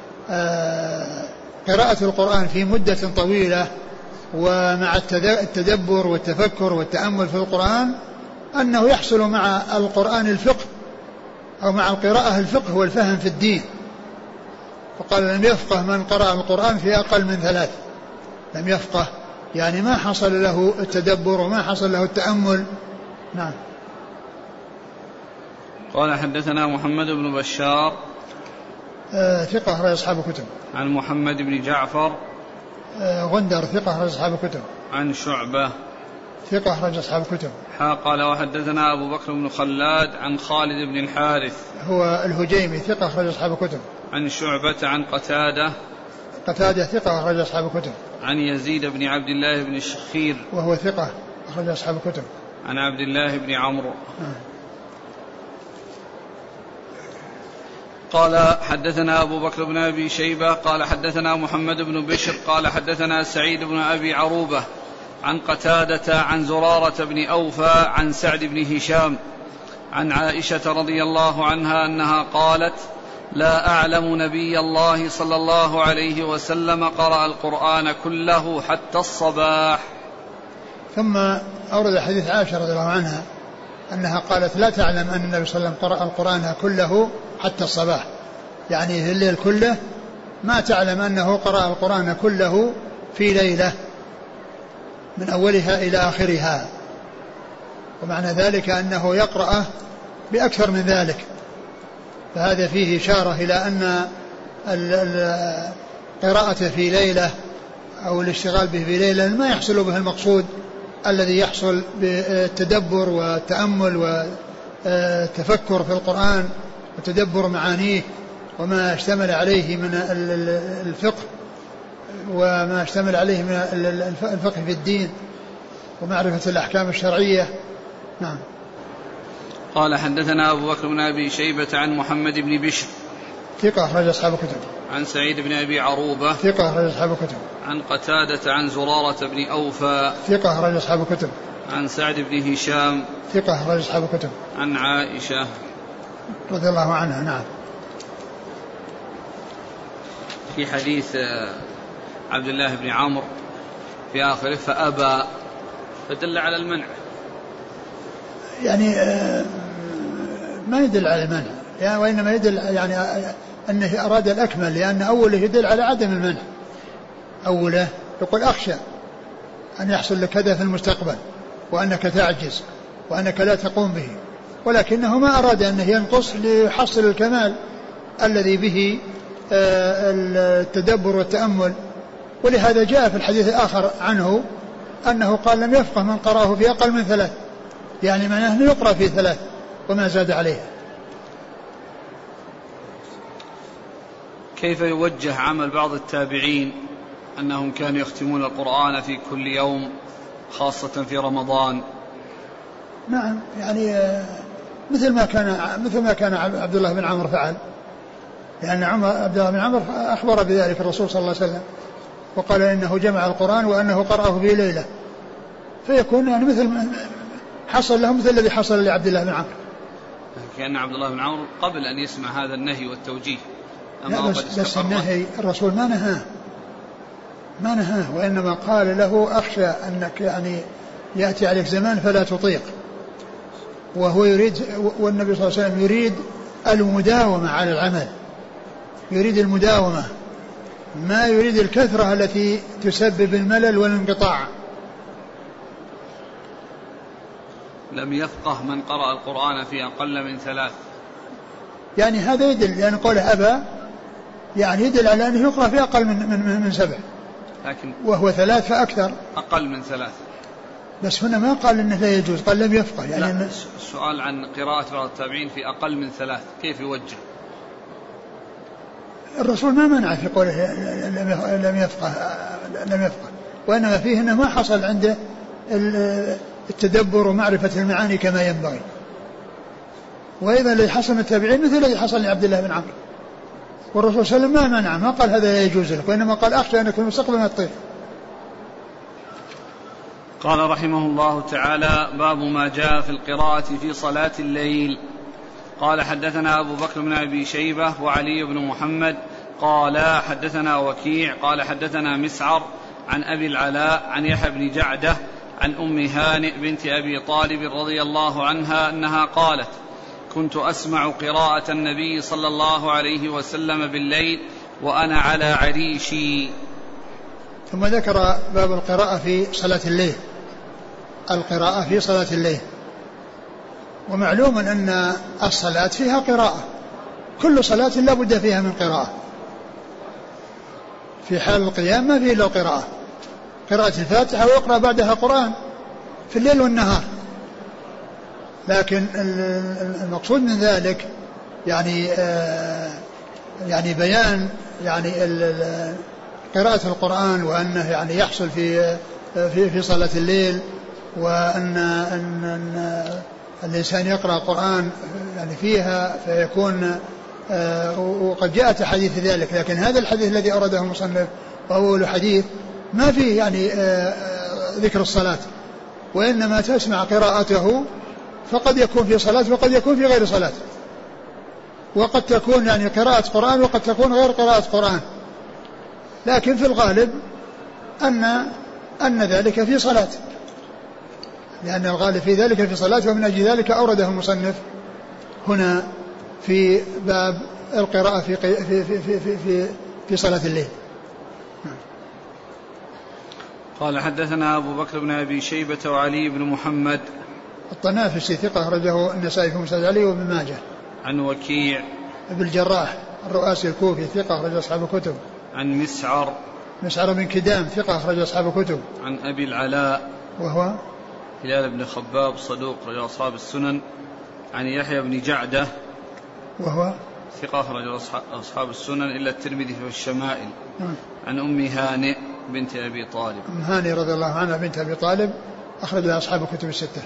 قراءة القرآن في مدة طويلة ومع التدبر والتفكر والتأمل في القرآن أنه يحصل مع القرآن الفقه أو مع القراءة الفقه والفهم في الدين. فقال لم يفقه من قرأ القرآن في أقل من ثلاث، لم يفقه يعني ما حصل له التدبر وما حصل له التأمل. نعم. قال حدثنا محمد بن بشار آه ثقة أخرج أصحاب الكتب. عن محمد بن جعفر آه غندر ثقة أخرج أصحاب الكتب. عن شعبة ثقة أخرج أصحاب الكتب. قال وحدثنا أبو بكر بن خلاد عن خالد بن الحارث هو الهجيمي ثقة أخرج أصحاب الكتب. عن شعبة عن قتادة قتادة ثقة أخرج أصحاب الكتب. عن يزيد بن عبد الله بن الشخير وهو ثقة أخرج أصحاب الكتب. عن عبد الله بن عمرو. آه. قال حدثنا أبو بكر بن أبي شيبة قال حدثنا محمد بن بشر قال حدثنا سعيد بن أبي عروبة عن قتادة عن زرارة بن أوفى عن سعد بن هشام عن عائشة رضي الله عنها أنها قالت: لا أعلم نبي الله صلى الله عليه وسلم قرأ القرآن كله حتى الصباح. ثم أورد حديث عائشة رضي الله عنها أنها قالت: لا تعلم أن النبي صلى الله عليه وسلم قرأ القرآن كله حتى الصباح، يعني في الليل كله ما تعلم أنه قرأ القرآن كله في ليلة من أولها إلى آخرها، ومعنى ذلك أنه يقرأ بأكثر من ذلك. فهذا فيه إشارة إلى أن القراءة في ليلة أو الاشتغال به في ليلة ما يحصل به المقصود الذي يحصل بالتدبر والتأمل والتفكر في القرآن وتدبر معانيه وما اشتمل عليه من الفقه وما اشتمل عليه من الفقه في الدين ومعرفة الأحكام الشرعية. نعم. قال: حدثنا أبو بكر بن أبي شيبة عن محمد بن بشر ثقة أخرج أصحاب الكتب. عن سعيد بن أبي عروبة ثقة أخرج أصحاب الكتب. عن قتادة عن زرارة بن أوفى ثقة أخرج أصحاب الكتب. عن سعد بن هشام ثقة أخرج أصحاب الكتب. عن عائشة رضي الله عنها. نعم. في حديث عبد الله بن عمرو في آخره فأبى، فدل على المنع، يعني ما يدل على المنع يعني، وإنما يدل يعني أنه أراد الأكمل، لأن أوله يدل على عدم المنع. أوله يقول: أخشى أن يحصل لك كذا في المستقبل وأنك تعجز وأنك لا تقوم به، ولكنه ما أراد أنه ينقص ليحصل الكمال الذي به التدبر والتأمل. ولهذا جاء في الحديث الآخر عنه أنه قال: لم يفقه من قرأه في أقل من ثلاث، يعني معناه أنه يقرأ في ثلاث وما زاد عليه. كيف يوجه عمل بعض التابعين أنهم كانوا يختمون القرآن في كل يوم خاصة في رمضان؟ نعم، يعني مثل ما كان مثل ما كان عبد الله بن عمرو فعل، لأن عمر عبد الله بن عمرو أخبر بذلك الرسول صلى الله عليه وسلم وقال إنه جمع القرآن وأنه قرأه في ليلة، فيكون يعني مثل حصل له مثل الذي حصل لعبد الله بن عمرو. كأن عبد الله بن عمرو قبل أن يسمع هذا النهي والتوجيه، لا بس, بس النهي الرسول ما نهاه ما نهاه وإنما قال له: أخشى أنك يعني يأتي عليك زمان فلا تطيق. وهو يريد، والنبي صلى الله عليه وسلم يريد المداومة على العمل، يريد المداومة، ما يريد الكثرة التي تسبب الملل والانقطاع. لم يفقه من قرأ القرآن في أقل من ثلاث، يعني هذا يدل، لأن يعني قوله أبى يعني يدل على أنه يقرأ في أقل من, من, من سبع، لكن وهو ثلاث فأكثر، أقل من ثلاث. بس هنا ما قال إنه لا يجوز، قال لم يفقه. يعني لا، السؤال عن قراءة بعض التابعين في أقل من ثلاث كيف يوجه؟ الرسول ما منع في قوله لم يفقه لم يفقه وإنما فيه أنه ما حصل عنده التدبر ومعرفة المعاني كما ينبغي. وإذا الذي حصل من التابعين مثل الذي حصل لعبد الله بن عمرو، والرسول صلى الله عليه وسلم ما منع، ما قال هذا لا يجوز لك، وإنما قال: أخشى أنك في المستقبل ما تطيق. قال رحمه الله تعالى: باب ما جاء في القراءة في صلاة الليل. قال: حدثنا أبو بكر بن أبي شيبة وعلي بن محمد قال: حدثنا وكيع قال: حدثنا مسعر عن أبي العلاء عن يحيى بن جعدة عن أم هانئ بنت أبي طالب رضي الله عنها أنها قالت: كنت أسمع قراءة النبي صلى الله عليه وسلم بالليل وأنا على عريشي. ثم ذكر باب القراءة في صلاة الليل، القراءة في صلاة الليل. ومعلوم أن الصلاة فيها قراءة، كل صلاة لا بد فيها من قراءة. في حال القيام ما فيه إلا القراءة، قراءة الفاتحة ويقرأ بعدها قرآن في الليل والنهار. لكن المقصود من ذلك يعني يعني بيان يعني قراءة القرآن، وأنه يعني يحصل في في في صلاة الليل، وأن أن أن الإنسان يقرأ قرآن يعني فيها فيكون، وقد جاءت حديث ذلك. لكن هذا الحديث الذي أورده المصنف وهو الحديث ما فيه يعني ذكر الصلاة، وإنما تسمع قراءته فقد يكون في صلاة وقد يكون في غير صلاة، وقد تكون يعني قراءة قرآن وقد تكون غير قراءة قرآن، لكن في الغالب أن أن ذلك في صلاة، لأن الغالب في ذلك في صلاة، ومن أجل ذلك أورده المصنف هنا في باب القراءة في في في في في, في صلاة الليل. قال حدثنا أبو بكر بن أبي شيبة وعلي بن محمد الطنافسي ثقة أخرجه النسائي في مسند علي وابن ماجه. عن وكيع ابن الجراح الرؤاسي الكوفي ثقة أخرج أصحاب الكتب. عن مسعر مسعر بن كدام ثقة أخرج أصحاب الكتب. عن أبي العلاء وهو هلال بن خباب صدوق أخرج أصحاب السنن. عن يحيى بن جعدة وهو ثقة أخرج أصحاب السنن إلا الترمذي في الشمائل. عن أم هانئ بنت أبي طالب. أم هانئ رضي الله عنها بنت أبي طالب أخرج لها أصحاب الكتب الستة.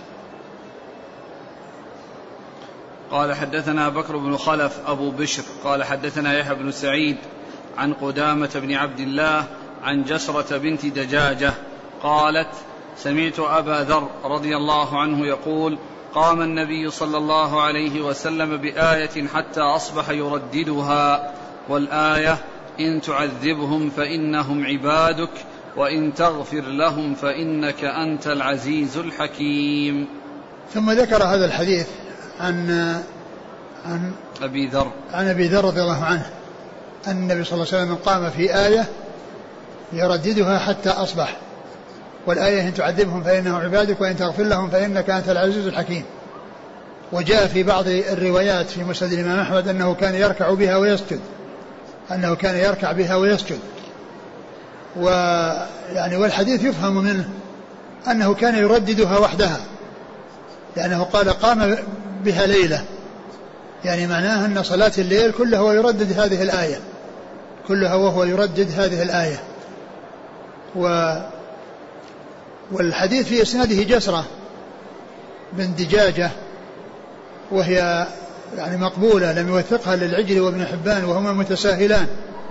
قال حدثنا بكر بن خلف أبو بشر قال حدثنا يحيى بن سعيد عن قدامة بن عبد الله عن جسرة بنت دجاجة قالت سمعت أبا ذر رضي الله عنه يقول قام النبي صلى الله عليه وسلم بآية حتى أصبح يرددها، والآية إن تعذبهم فإنهم عبادك وإن تغفر لهم فإنك أنت العزيز الحكيم. ثم ذكر هذا الحديث عن عن أبي ذر عن أبي ذر رضي الله عنه أن النبي صلى الله عليه وسلم قام في آية يرددها حتى أصبح، والآية إن تعذبهم فإنهم عبادك وإن تغفر لهم فإنك أنت العزيز الحكيم. وجاء في بعض الروايات في مسند الإمام أحمد أنه كان يركع بها ويسجد أنه كان يركع بها ويسجد ويعني والحديث يفهم منه أنه كان يرددها وحدها، لأنه قال قام بها ليلة، يعني معناه أن صلاة الليل كلها هو يردد هذه الآية كلها وهو يردد هذه الآية. و والحديث في إسناده جسرة بن دجاجة وهي يعني مقبولة، لم يوثقها للعجل وابن حبان وهما متساهلان،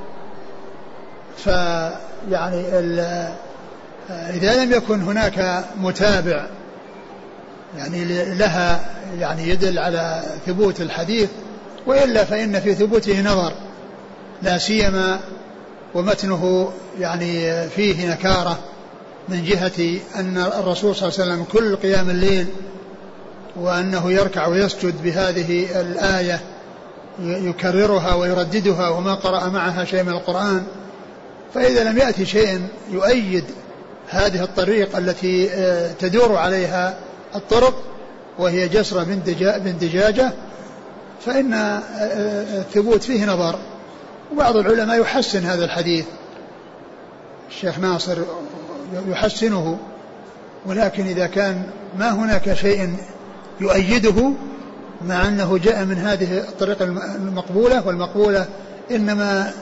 فيعني إذا لم يكن هناك متابع يعني لها يعني يدل على ثبوت الحديث، وإلا فإن في ثبوته نظر، لا سيما ومتنه يعني فيه نكارة من جهة أن الرسول صلى الله عليه وسلم كل قيام الليل وأنه يركع ويسجد بهذه الآية يكررها ويرددها وما قرأ معها شيء من القرآن. فإذا لم يأتي شيء يؤيد هذه الطريق التي تدور عليها الطرق وهي جسرة بن دجاجة فإن الثبوت فيه نظر. وبعض العلماء يحسن هذا الحديث، الشيخ ناصر يحسنه، ولكن إذا كان ما هناك شيء يؤيده مع أنه جاء من هذه الطريقة المقبولة، والمقبولة إنما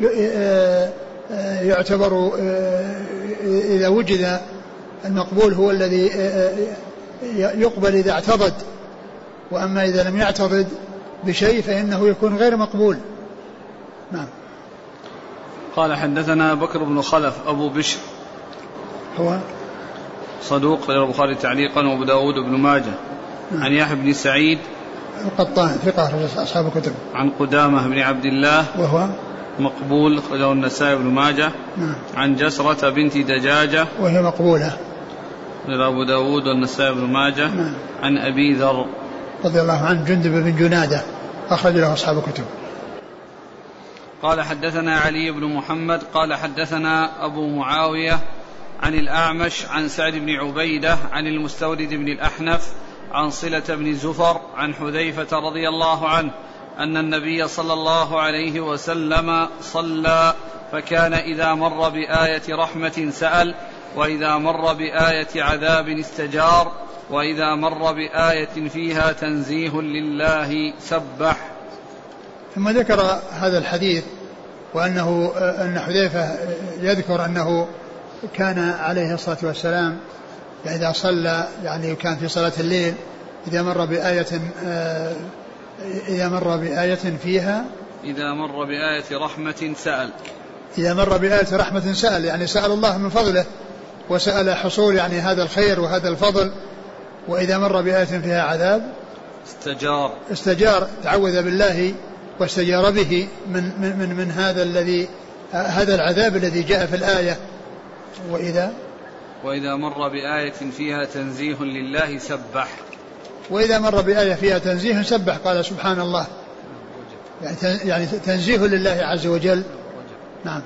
يعتبر إذا وجد المقبول هو الذي يقبل إذا اعتضد، وأما إذا لم يعتضد بشيء فإنه يكون غير مقبول. نعم. قال حدثنا بكر بن خلف أبو بشر هو صدوق غير البخاري تعليقا وابو داود بن ماجه. نعم. عن يحيى بن سعيد القطان ثقة أصحاب الكتب. عن قدامة بن عبد الله وهو مقبول أخرجه النسائي بن ماجه. نعم. عن جسرة بنت دجاجة وهي مقبولة أبو داود والنسائي بن ماجه. نعم. عن أبي ذر رضي الله عنه جندب بن جنادة أخرج له أصحاب الكتب. قال حدثنا علي بن محمد قال حدثنا أبو معاوية عن الأعمش عن سعد بن عبيدة عن المستورد بن الأحنف عن صلة بن زفر عن حذيفة رضي الله عنه أن النبي صلى الله عليه وسلم صلى فكان إذا مر بآية رحمة سأل، وإذا مر بآية عذاب استجار، وإذا مر بآية فيها تنزيه لله سبح. ثم ذكر هذا الحديث وأنه أن حذيفة يذكر أنه كان عليه الصلاة والسلام إذا صلى يعني كان في صلاة الليل إذا مر بآية إذا مر بآية فيها إذا مر بآية رحمة سأل إذا مر بآية رحمة سأل، يعني سأل الله من فضله وسأل حصول يعني هذا الخير وهذا الفضل وإذا مر بآية فيها عذاب استجار استجار تعوذ بالله واستجار به من, من, من, من هذا الذي هذا العذاب الذي جاء في الآية. وإذا وإذا مر بآية فيها تنزيه لله سبح وإذا مر بآية فيها تنزيه سبح قال سبحان الله، يعني تنزيه لله عز وجل. نعم.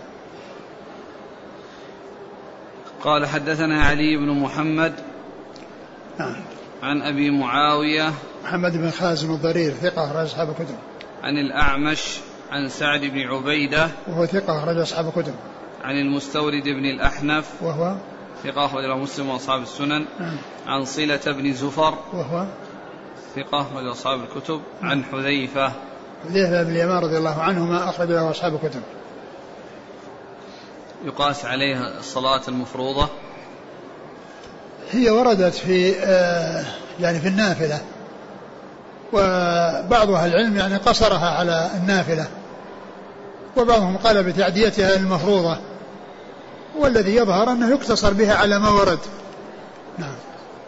قال حدثنا علي بن محمد نعم عن أبي معاوية محمد بن خازم الضرير ثقة أخرج أصحاب الكتب. عن الأعمش عن سعد بن عبيدة وهو ثقة أخرج أصحاب الكتب. عن المستورد بن الأحنف وهو ثقة أخرج مسلم وأصحاب السنن. نعم. عن صلة بن زفر وهو ثقة أخرج أصحاب الكتب. نعم. عن حذيفة حذيفة بن اليمان رضي الله عنهما أخرج له أصحاب الكتب. يقاس عليها الصلاة المفروضة؟ هي وردت في آه يعني في النافلة، وبعض أهل العلم يعني قصرها على النافلة، وبعضهم قال بتعديتها المفروضة، والذي يظهر أنه يقتصر بها على ما ورد. نعم.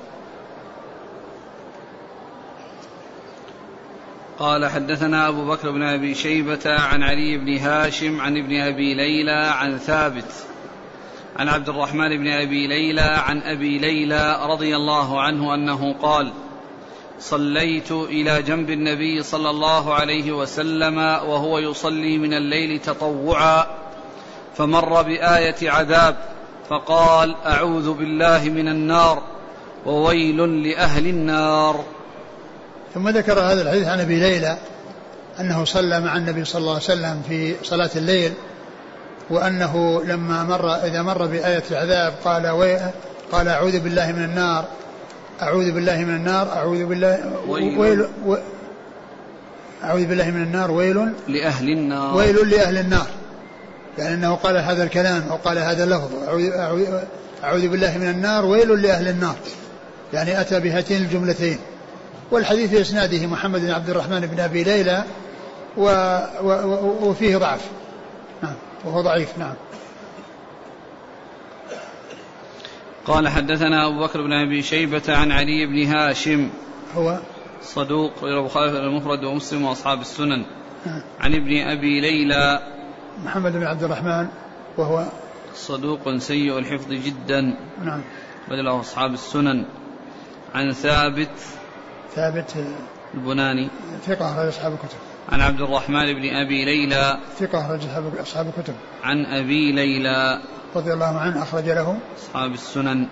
قال حدثنا أبو بكر بن أبي شيبة عن علي بن هاشم عن ابن أبي ليلى عن ثابت عن عبد الرحمن بن أبي ليلى عن أبي ليلى رضي الله عنه أنه قال: صليت إلى جنب النبي صلى الله عليه وسلم وهو يصلي من الليل تطوعا، فمر بآية عذاب فقال: أعوذ بالله من النار وويل لأهل النار. ثم ذكر هذا الحديث عن أبي ليلى أنه صلى مع النبي صلى الله عليه وسلم في صلاة الليل، وأنه لما مر إذا مر بآية العذاب قال وي قال أعوذ بالله من النار أعوذ بالله من النار أعوذ بالله ويل, ويل و أعوذ بالله من النار ويل لأهل النار ويل لأهل النار، يعني أنه قال هذا الكلام أو قال هذا اللفظ أعوذ, أعوذ, أعوذ بالله من النار ويل لأهل النار، يعني أتى بهاتين الجملتين. والحديث في إسناده محمد بن عبد الرحمن بن أبي ليلى و و و وفيه ضعف، نعم، وهو ضعيف. نعم. قال حدثنا أبو بكر بن أبي شيبة عن علي بن هاشم هو صدوق غير البخاري المفرد ومسلم وأصحاب السنن. نعم. عن ابن أبي ليلى محمد بن عبد الرحمن وهو صدوق سيء الحفظ جدا. نعم. بدله أصحاب السنن. عن ثابت ثابت البناني ثقة أخرج أصحاب الكتب. عن عبد الرحمن بن أبي ليلى ثقة أخرج أصحاب الكتب. عن أبي ليلى رضي الله عنه أخرج له أصحاب السنن.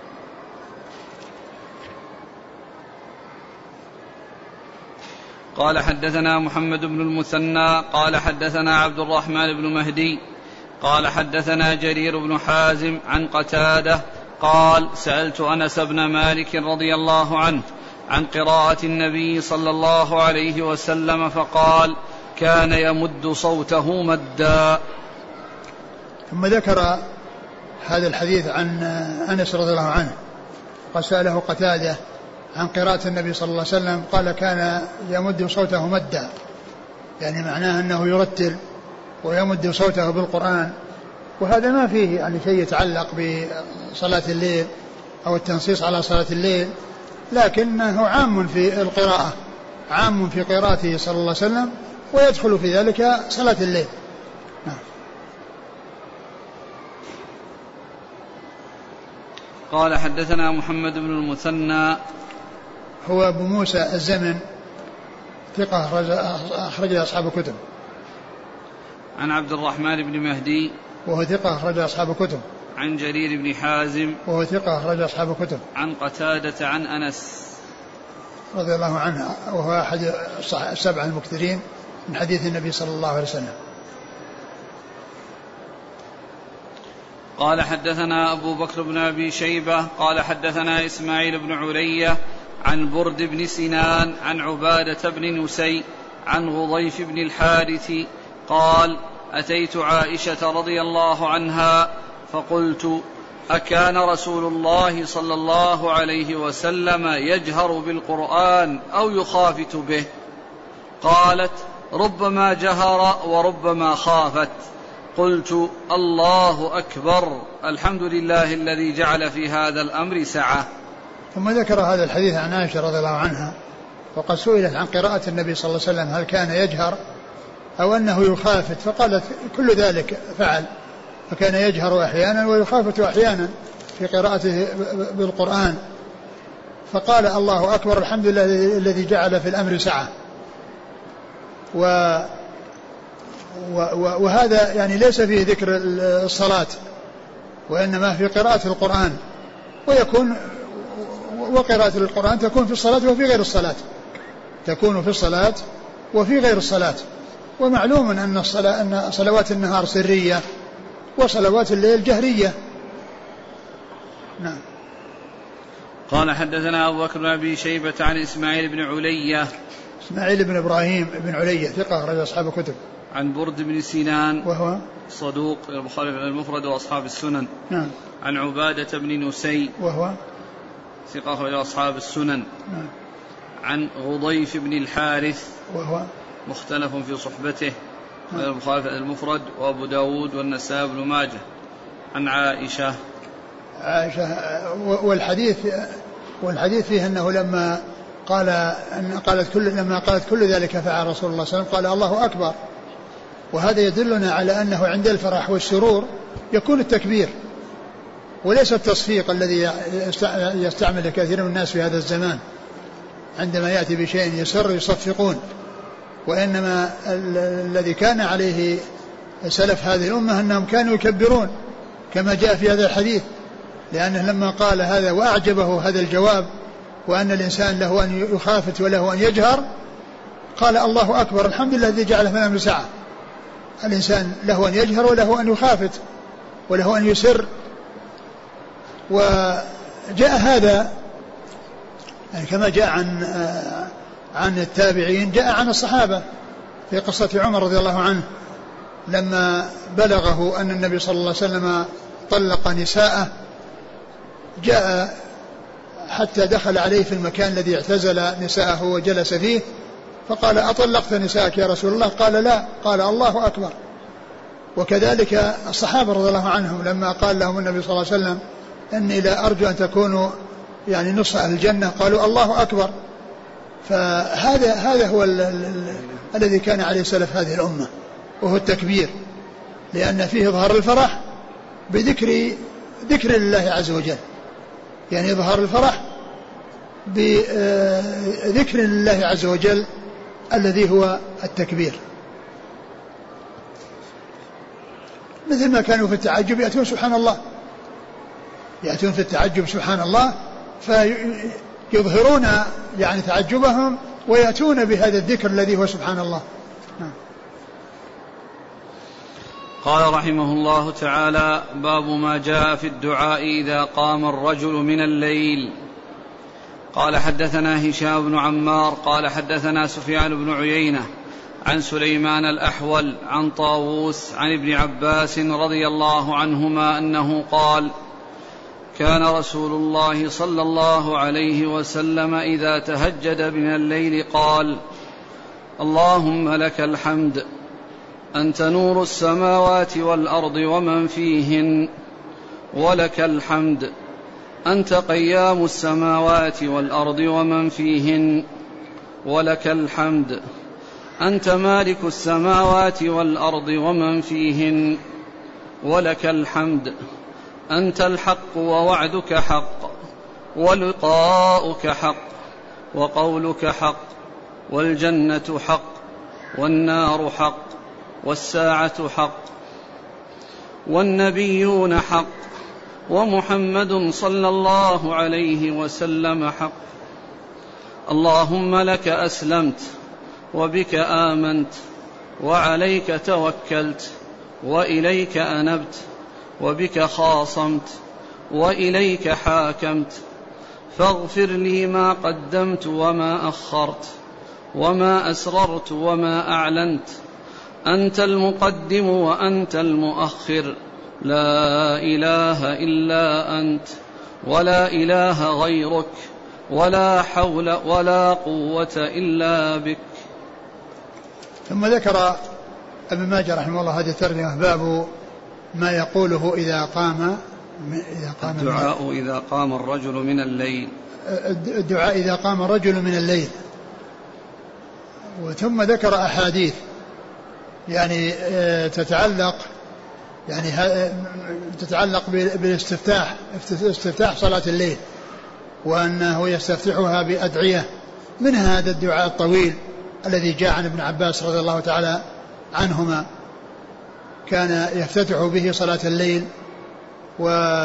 قال حدثنا محمد بن المثنى قال حدثنا عبد الرحمن بن مهدي قال حدثنا جرير بن حازم عن قتادة قال: سألت أنس بن مالك رضي الله عنه عن قراءة النبي صلى الله عليه وسلم فقال: كان يمد صوته مدا. ثم ذكر هذا الحديث عن أنس رضي الله عنه قال: سأله قتادة عن قراءة النبي صلى الله عليه وسلم قال: كان يمد صوته مدا، يعني معناه أنه يرتل ويمد صوته بالقرآن، وهذا ما فيه يعني شيء يتعلق بصلاة الليل أو التنصيص على صلاة الليل، لكنه عام في القراءة، عام في قراءته صلى الله عليه وسلم، ويدخل في ذلك صلاة الليل. نعم. قال حدثنا محمد بن المثنى هو أبو موسى الزمن ثقة أخرج أصحاب الكتب. عن عبد الرحمن بن مهدي وهو ثقة أخرج أصحاب الكتب. عن جرير بن حازم وهو ثقة أخرج أصحاب الكتب. عن قتادة عن أنس رضي الله عنه وهو أحد السبع المكثرين من حديث النبي صلى الله عليه وسلم. قال حدثنا أبو بكر بن أبي شيبة قال حدثنا إسماعيل بن علية عن برد بن سنان عن عبادة بن نسي عن غضيف بن الحارث قال: أتيت عائشة رضي الله عنها فقلت: أكان رسول الله صلى الله عليه وسلم يجهر بالقرآن أو يخافت به؟ قالت: ربما جهر وربما خافت. قلت: الله أكبر، الحمد لله الذي جعل في هذا الأمر سعة. ثم ذكر هذا الحديث عن عائشة رضي الله عنها وقد سئلت عن قراءة النبي صلى الله عليه وسلم هل كان يجهر أو أنه يخافت، فقالت كل ذلك فعل، فكان يجهر أحيانا ويخافت أحيانا في قراءته بالقرآن. فقال الله أكبر الحمد لله الذي جعل في الأمر سعة. و وهذا يعني ليس فيه ذكر الصلاة، وإنما في قراءة القرآن، ويكون وقراءة القرآن تكون في الصلاة وفي غير الصلاة، تكون في الصلاة وفي غير الصلاة. ومعلوم أن الصلاة أن صلوات النهار سرية وصلوات الليل جهرية. نعم. قال حدثنا أبو بكر بن أبي شيبة عن إسماعيل بن علية إسماعيل بن إبراهيم بن علية ثقة أخرج أصحاب الكتب. عن برد بن سنان وهو صدوق البخاري المفرد وأصحاب السنن. نعم. عن عبادة بن نسي وهو ثقة أخرج أصحاب السنن. نعم. عن غضيف بن الحارث وهو مختلف في صحبته. نعم. البخاري المفرد وأبو داود والنسائي بن ماجه. عن عائشة عائشة والحديث والحديث فيه أنه لما قال أن قالت كل لما قالت كل ذلك فعل رسول الله صلى الله عليه وسلم قال الله أكبر. وهذا يدلنا على أنه عند الفرح والسرور يكون التكبير وليس التصفيق الذي يستعمل كثير من الناس في هذا الزمان عندما يأتي بشيء يسر يصفقون. وإنما الذي كان عليه سلف هذه الأمة أنهم كانوا يكبرون كما جاء في هذا الحديث، لأنه لما قال هذا وأعجبه هذا الجواب وأن الإنسان له أن يخافت وله أن يجهر قال الله أكبر الحمد لله الذي جعل في الأمر سعة. الإنسان له أن يجهر وله أن يخافت وله أن يسر. وجاء هذا يعني كما جاء عن عن التابعين جاء عن الصحابة في قصة عمر رضي الله عنه لما بلغه أن النبي صلى الله عليه وسلم طلق نساءه، جاء حتى دخل عليه في المكان الذي اعتزل نساءه وجلس فيه فقال أطلقت نساءك يا رسول الله؟ قال لا. قال الله أكبر. وكذلك الصحابة رضي الله عنهم لما قال لهم النبي صلى الله عليه وسلم إني لا أرجو أن تكونوا يعني نصف أهل الجنة قالوا الله أكبر. فهذا هذا هو ال ال الذي كان عليه سلف هذه الأمة وهو التكبير، لأن فيه ظهر الفرح بذكر ذكر الله عز وجل، يعني ظهر الفرح بذكر الله عز وجل الذي هو التكبير. مثل ما كانوا في التعجب يأتون سبحان الله، يأتون في التعجب سبحان الله فيظهرون يعني تعجبهم ويأتون بهذا الذكر الذي هو سبحان الله. قال رحمه الله تعالى: باب ما جاء في الدعاء إذا قام الرجل من الليل. قال حدثنا هشام بن عمار قال حدثنا سفيان بن عيينة عن سليمان الأحول عن طاووس عن ابن عباس رضي الله عنهما أنه قال: كان رسول الله صلى الله عليه وسلم إذا تهجد من الليل قال: اللهم لك الحمد أنت نور السماوات والأرض ومن فيهن، ولك الحمد أنت قيام السماوات والأرض ومن فيهن، ولك الحمد أنت مالك السماوات والأرض ومن فيهن، ولك الحمد أنت الحق ووعدك حق ولقاؤك حق وقولك حق والجنة حق والنار حق والساعة حق والنبيون حق ومحمد صلى الله عليه وسلم حق. اللهم لك أسلمت وبك آمنت وعليك توكلت وإليك أنبت وبك خاصمت وإليك حاكمت، فاغفر لي ما قدمت وما أخرت وما أسررت وما أعلنت، أنت المقدم وأنت المؤخر، لا إله إلا أنت ولا إله غيرك ولا حول ولا قوة إلا بك. ثم ذكر ابن ماجه رحمه الله هذه الترجمة: باب ما يقوله إذا قام إذا قام الدعاء إذا قام الرجل من الليل. الدعاء إذا قام رجل من الليل. وثم ذكر أحاديث يعني تتعلق يعني تتعلق بالاستفتاح استفتاح صلاة الليل، وأنه يستفتحها بأدعية، من هذا الدعاء الطويل الذي جاء عن ابن عباس رضي الله تعالى عنهما، كان يفتتح به صلاة الليل، و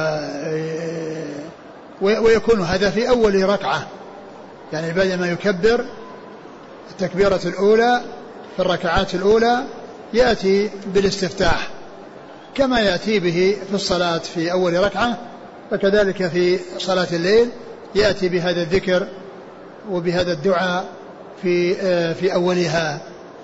ويكون هذا في أول ركعة، يعني بعد ما يكبر التكبيرة الأولى في الركعات الأولى يأتي بالاستفتاح كما يأتي به في الصلاة في أول ركعة، فكذلك في صلاة الليل يأتي بهذا الذكر وبهذا الدعاء في في أولها.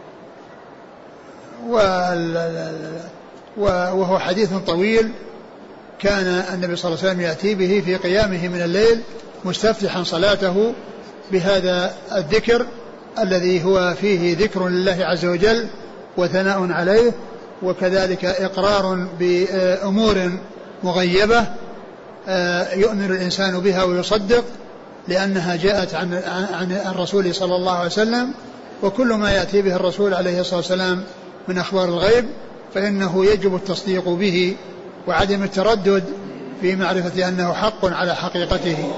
وهو حديث طويل كان النبي صلى الله عليه وسلم يأتي به في قيامه من الليل مستفتحا صلاته بهذا الذكر الذي هو فيه ذكر لله عز وجل وثناء عليه، وكذلك إقرار بأمور مغيبة يؤمن الإنسان بها ويصدق لأنها جاءت عن عن الرسول صلى الله عليه وسلم، وكل ما يأتي به الرسول عليه الصلاة والسلام من أخبار الغيب فإنه يجب التصديق به وعدم التردد في معرفة أنه حق على حقيقته.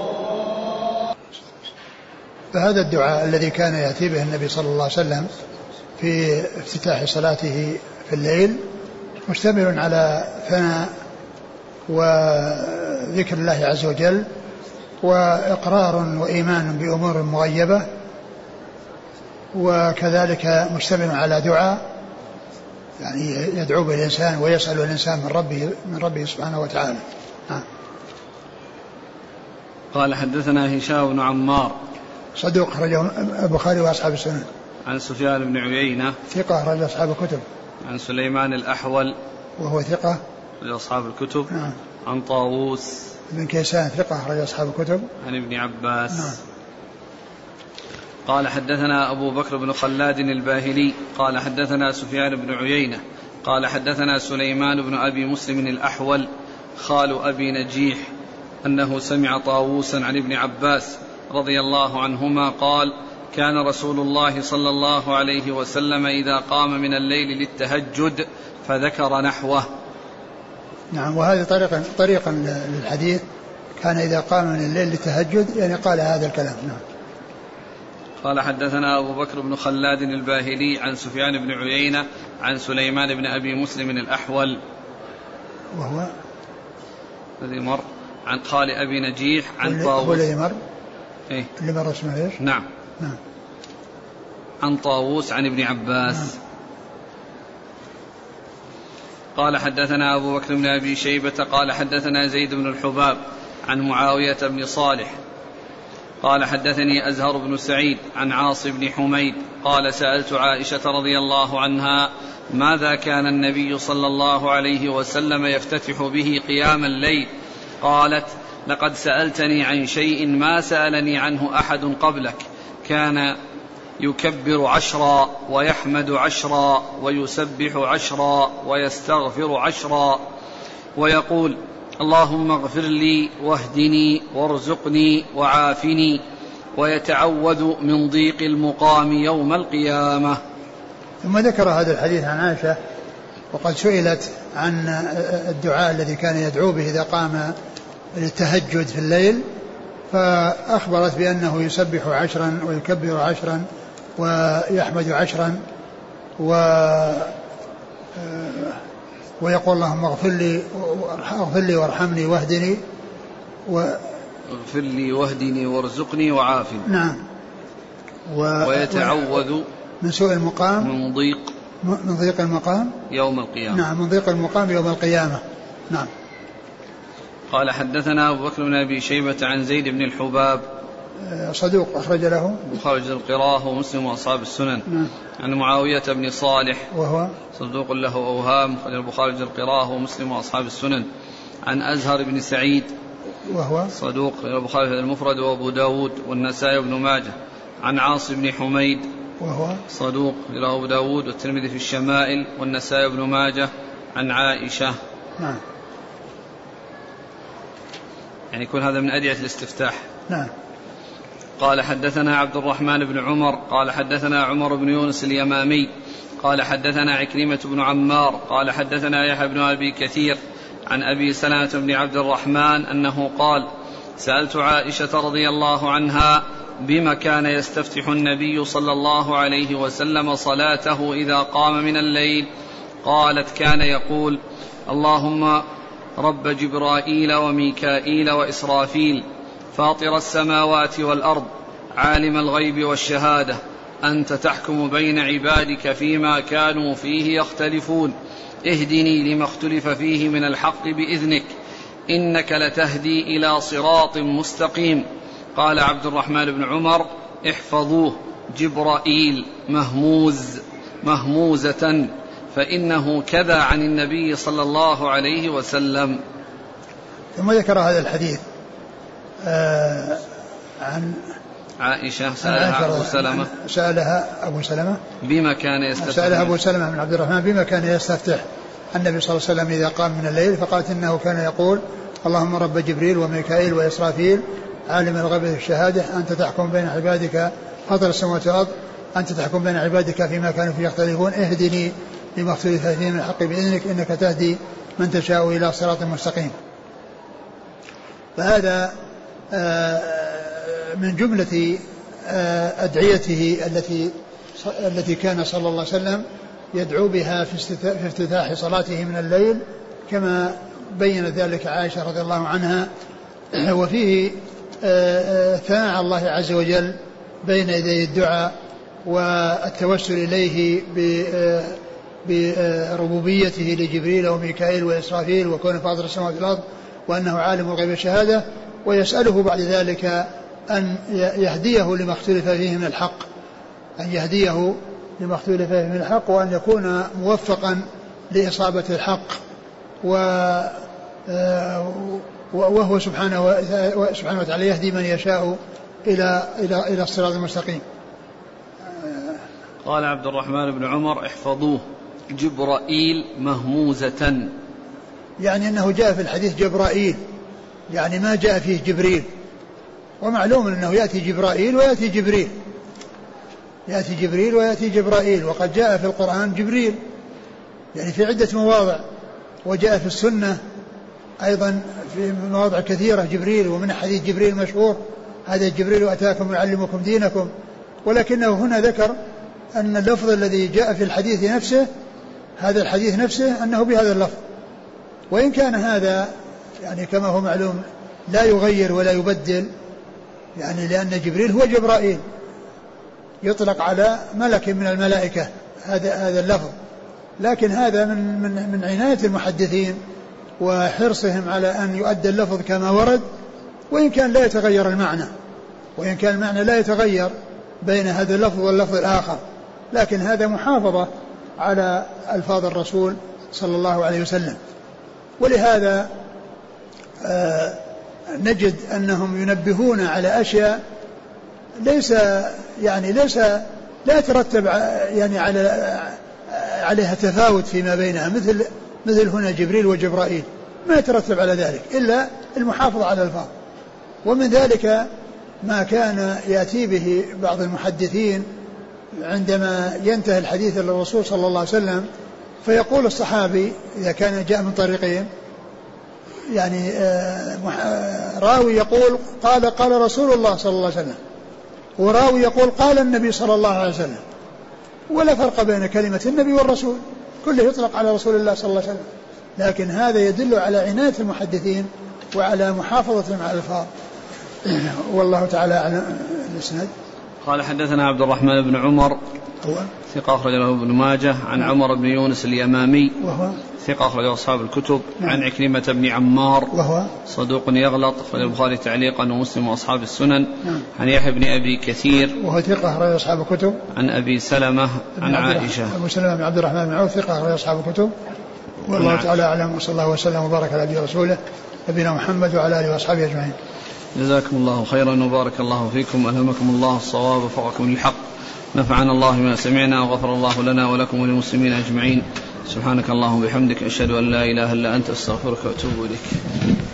فهذا الدعاء الذي كان يأتي به النبي صلى الله عليه وسلم في افتتاح صلاته في الليل مشتمل على ثناء وذكر الله عز وجل وإقرار وإيمان بأمور مغيبة، وكذلك مشتمل على دعاء يعني يدعو به الإنسان ويسأل الإنسان من ربه من ربه سبحانه وتعالى. آه. قال حدثنا هشام بن عمار صدوق أخرجه البخاري وأصحاب السنن. عن سفيان بن عيينة ثقة أخرج أصحاب الكتب. عن سليمان الأحول وهو ثقة أخرج أصحاب الكتب. نعم. عن طاووس بن كيسان ثقة أخرج أصحاب الكتب. عن ابن عباس. نعم. قال حدثنا أبو بكر بن خلاد الباهلي قال حدثنا سفيان بن عيينة قال حدثنا سليمان بن أبي مسلم الأحول خال أبي نجيح أنه سمع طاووسا عن ابن عباس رضي الله عنهما قال كان رسول الله صلى الله عليه وسلم إذا قام من الليل للتهجد فذكر نحوه. نعم. وهذه طريقا طريقا للحديث، كان إذا قام من الليل للتهجد يعني قال هذا الكلام. نعم. قال حدثنا أبو بكر بن خلاد الباهلي عن سفيان بن عيينة عن سليمان بن أبي مسلم الأحول وهو الذي مر عن خال أبي نجيح عن طاووس. هو الذي مر إيه؟ اللي مر اسمه إيش؟ نعم. نعم. عن طاووس عن ابن عباس. نعم. قال حدثنا أبو بكر بن أبي شيبة قال حدثنا زيد بن الحباب عن معاوية بن صالح قال حدثني أزهر بن سعيد عن عاص بن حميد قال سألت عائشة رضي الله عنها ماذا كان النبي صلى الله عليه وسلم يفتتح به قيام الليل؟ قالت لقد سألتني عن شيء ما سألني عنه أحد قبلك، كان يكبر عشرا ويحمد عشرا ويسبح عشرا ويستغفر عشرا ويقول اللهم اغفر لي واهدني وارزقني وعافني، ويتعوذ من ضيق المقام يوم القيامة. ثم ذكر هذا الحديث عن عائشة وقد سئلت عن الدعاء الذي كان يدعو به إذا قام للتهجد في الليل، فأخبرت بأنه يسبح عشرا ويكبر عشرا ويحمد عشرا و ويقول اللهم اغفر لي اغفر لي وارحمني واهدني و اغفر لي واهدني وارزقني وعافني. نعم. و... ويتعوذ من سوء المقام من ضيق من ضيق المقام يوم القيامة. نعم. من ضيق المقام يوم القيامة. نعم. قال حدثنا أبو بكر بن أبي شيبة عن زيد بن الحباب صدوق أخرج له البخاري القراءة ومسلم وأصحاب السنن. نعم. عن معاوية بن صالح وهو صدوق له أوهام أخرج البخاري القراءة ومسلم وأصحاب السنن. عن أزهر بن سعيد وهو صدوق البخاري المفرد وأبو داود والنسائي بن ماجه. عن عاص بن حميد وهو صدوق له أبو داود والترمذي في الشمائل والنسائي بن ماجه. عن عائشة. نعم. يعني يكون هذا من أدعية الاستفتاح. نعم. قال حدثنا عبد الرحمن بن عمر قال حدثنا عمر بن يونس اليمامي قال حدثنا عكرمة بن عمار قال حدثنا يحيى بن أبي كثير عن أبي سلمة بن عبد الرحمن أنه قال سألت عائشة رضي الله عنها بما كان يستفتح النبي صلى الله عليه وسلم صلاته إذا قام من الليل؟ قالت كان يقول اللهم رب جبرائيل وميكائيل وإسرافيل فاطر السماوات والأرض عالم الغيب والشهادة أنت تحكم بين عبادك فيما كانوا فيه يختلفون اهدني لما اختلف فيه من الحق بإذنك إنك لتهدي إلى صراط مستقيم. قال عبد الرحمن بن عمر احفظوه جبرائيل مهموز مهموزة فإنه كذا عن النبي صلى الله عليه وسلم. ثم ذكر هذا الحديث آه عن عائشة سألها أبو سلمة سألها أبو سلمة بما كان يستفتح سألها أبو سلمة بن عبد الرحمن بما كان يستفتح النبي صلى الله عليه وسلم إذا قام من الليل، فقالت إنه كان يقول اللهم رب جبريل وميكائيل وإسرافيل عالم الغيب والشهادة أنت تحكم بين عبادك فاطر السماوات والأرض أنت تحكم بين عبادك فيما كانوا فيه يختلفون اهدني لما اختلف فيه من الحق بإذنك إنك تهدي من تشاء إلى صراط مستقيم. فهذا من جملة أدعيته التي التي كان صلى الله عليه وسلم يدعو بها في افتتاح صلاته من الليل كما بين ذلك عائشة رضي الله عنها، وفيه ثناء الله عز وجل بين يدي الدعاء والتوسل إليه بربوبيته لجبريل وميكائيل وإسرافيل وكون فاطر السماوات والأرض وأنه عالم الغيب والشهادة، ويسأله بعد ذلك أن يهديه لما اختلف فيه من الحق أن يهديه لما اختلف فيه من الحق وأن يكون موفقا لإصابة الحق وهو سبحانه سبحانه وتعالى يهدي من يشاء إلى إلى إلى الصراط المستقيم. قال عبد الرحمن بن عمر احفظوه جبرائيل مهموزة، يعني أنه جاء في الحديث جبرائيل، يعني ما جاء فيه جبريل، ومعلوم أنه يأتي جبرائيل ويأتي جبريل يأتي جبريل ويأتي جبرائيل، وقد جاء في القرآن جبريل يعني في عدة مواضع، وجاء في السنة أيضا في مواضع كثيرة جبريل، ومن حديث جبريل مشهور هذا جبريل أتاكم يعلمكم دينكم، ولكنه هنا ذكر أن اللفظ الذي جاء في الحديث نفسه هذا الحديث نفسه أنه بهذا اللفظ، وإن كان هذا يعني كما هو معلوم لا يغير ولا يبدل، يعني لأن جبريل هو جبرائيل يطلق على ملك من الملائكة هذا هذا اللفظ، لكن هذا من من من عناية المحدثين وحرصهم على أن يؤدى اللفظ كما ورد، وإن كان لا يتغير المعنى وإن كان المعنى لا يتغير بين هذا اللفظ واللفظ الآخر، لكن هذا محافظة على ألفاظ الرسول صلى الله عليه وسلم. ولهذا آه نجد أنهم ينبهون على أشياء ليس يعني ليس لا يترتب يعني على عليها تفاوت فيما بينها، مثل مثل هنا جبريل وجبرائيل ما يترتب على ذلك إلا المحافظة على الألفاظ. ومن ذلك ما كان يأتي به بعض المحدثين عندما ينتهي الحديث للرسول صلى الله عليه وسلم فيقول الصحابي إذا كان جاء من طريقين، يعني راوي يقول قال قال رسول الله صلى الله عليه وسلم، وراوي يقول قال النبي صلى الله عليه وسلم، ولا فرق بين كلمة النبي والرسول، كله يطلق على رسول الله صلى الله عليه وسلم، لكن هذا يدل على عناية المحدثين وعلى محافظة على الألفاظ. والله تعالى أعلم. الإسناد قال حدثنا عبد الرحمن بن عمر هو ثقة أخرج له ابن ماجه عن عمر بن يونس اليمامي وهو ثقة أخرج أصحاب الكتب عن عكرمة بن عمار وهو صدوق يغلط أخرج البخاري تعليقا ومسلم وأصحاب السنن عن يحيى بن أبي كثير وهو ثقة أخرج أصحاب الكتب عن أبي سلمة عن عائشة أبو سلمة بن عبد الرحمن بن عوف ثقة أخرج أصحاب الكتب. والله تعالى أعلم، وصلى الله وسلم وبارك على نبينا ورسوله نبينا محمد وعلى آله وأصحابه أجمعين. جزاكم الله خيرا وبارك الله فيكم، ألهمكم الله الصواب وفقكم للحق، نفعنا الله بما سمعنا وغفر الله لنا ولكم وللمسلمين أجمعين. سبحانك اللهم وبحمدك أشهد أن لا إله إلا أنت أستغفرك وأتوب إليك.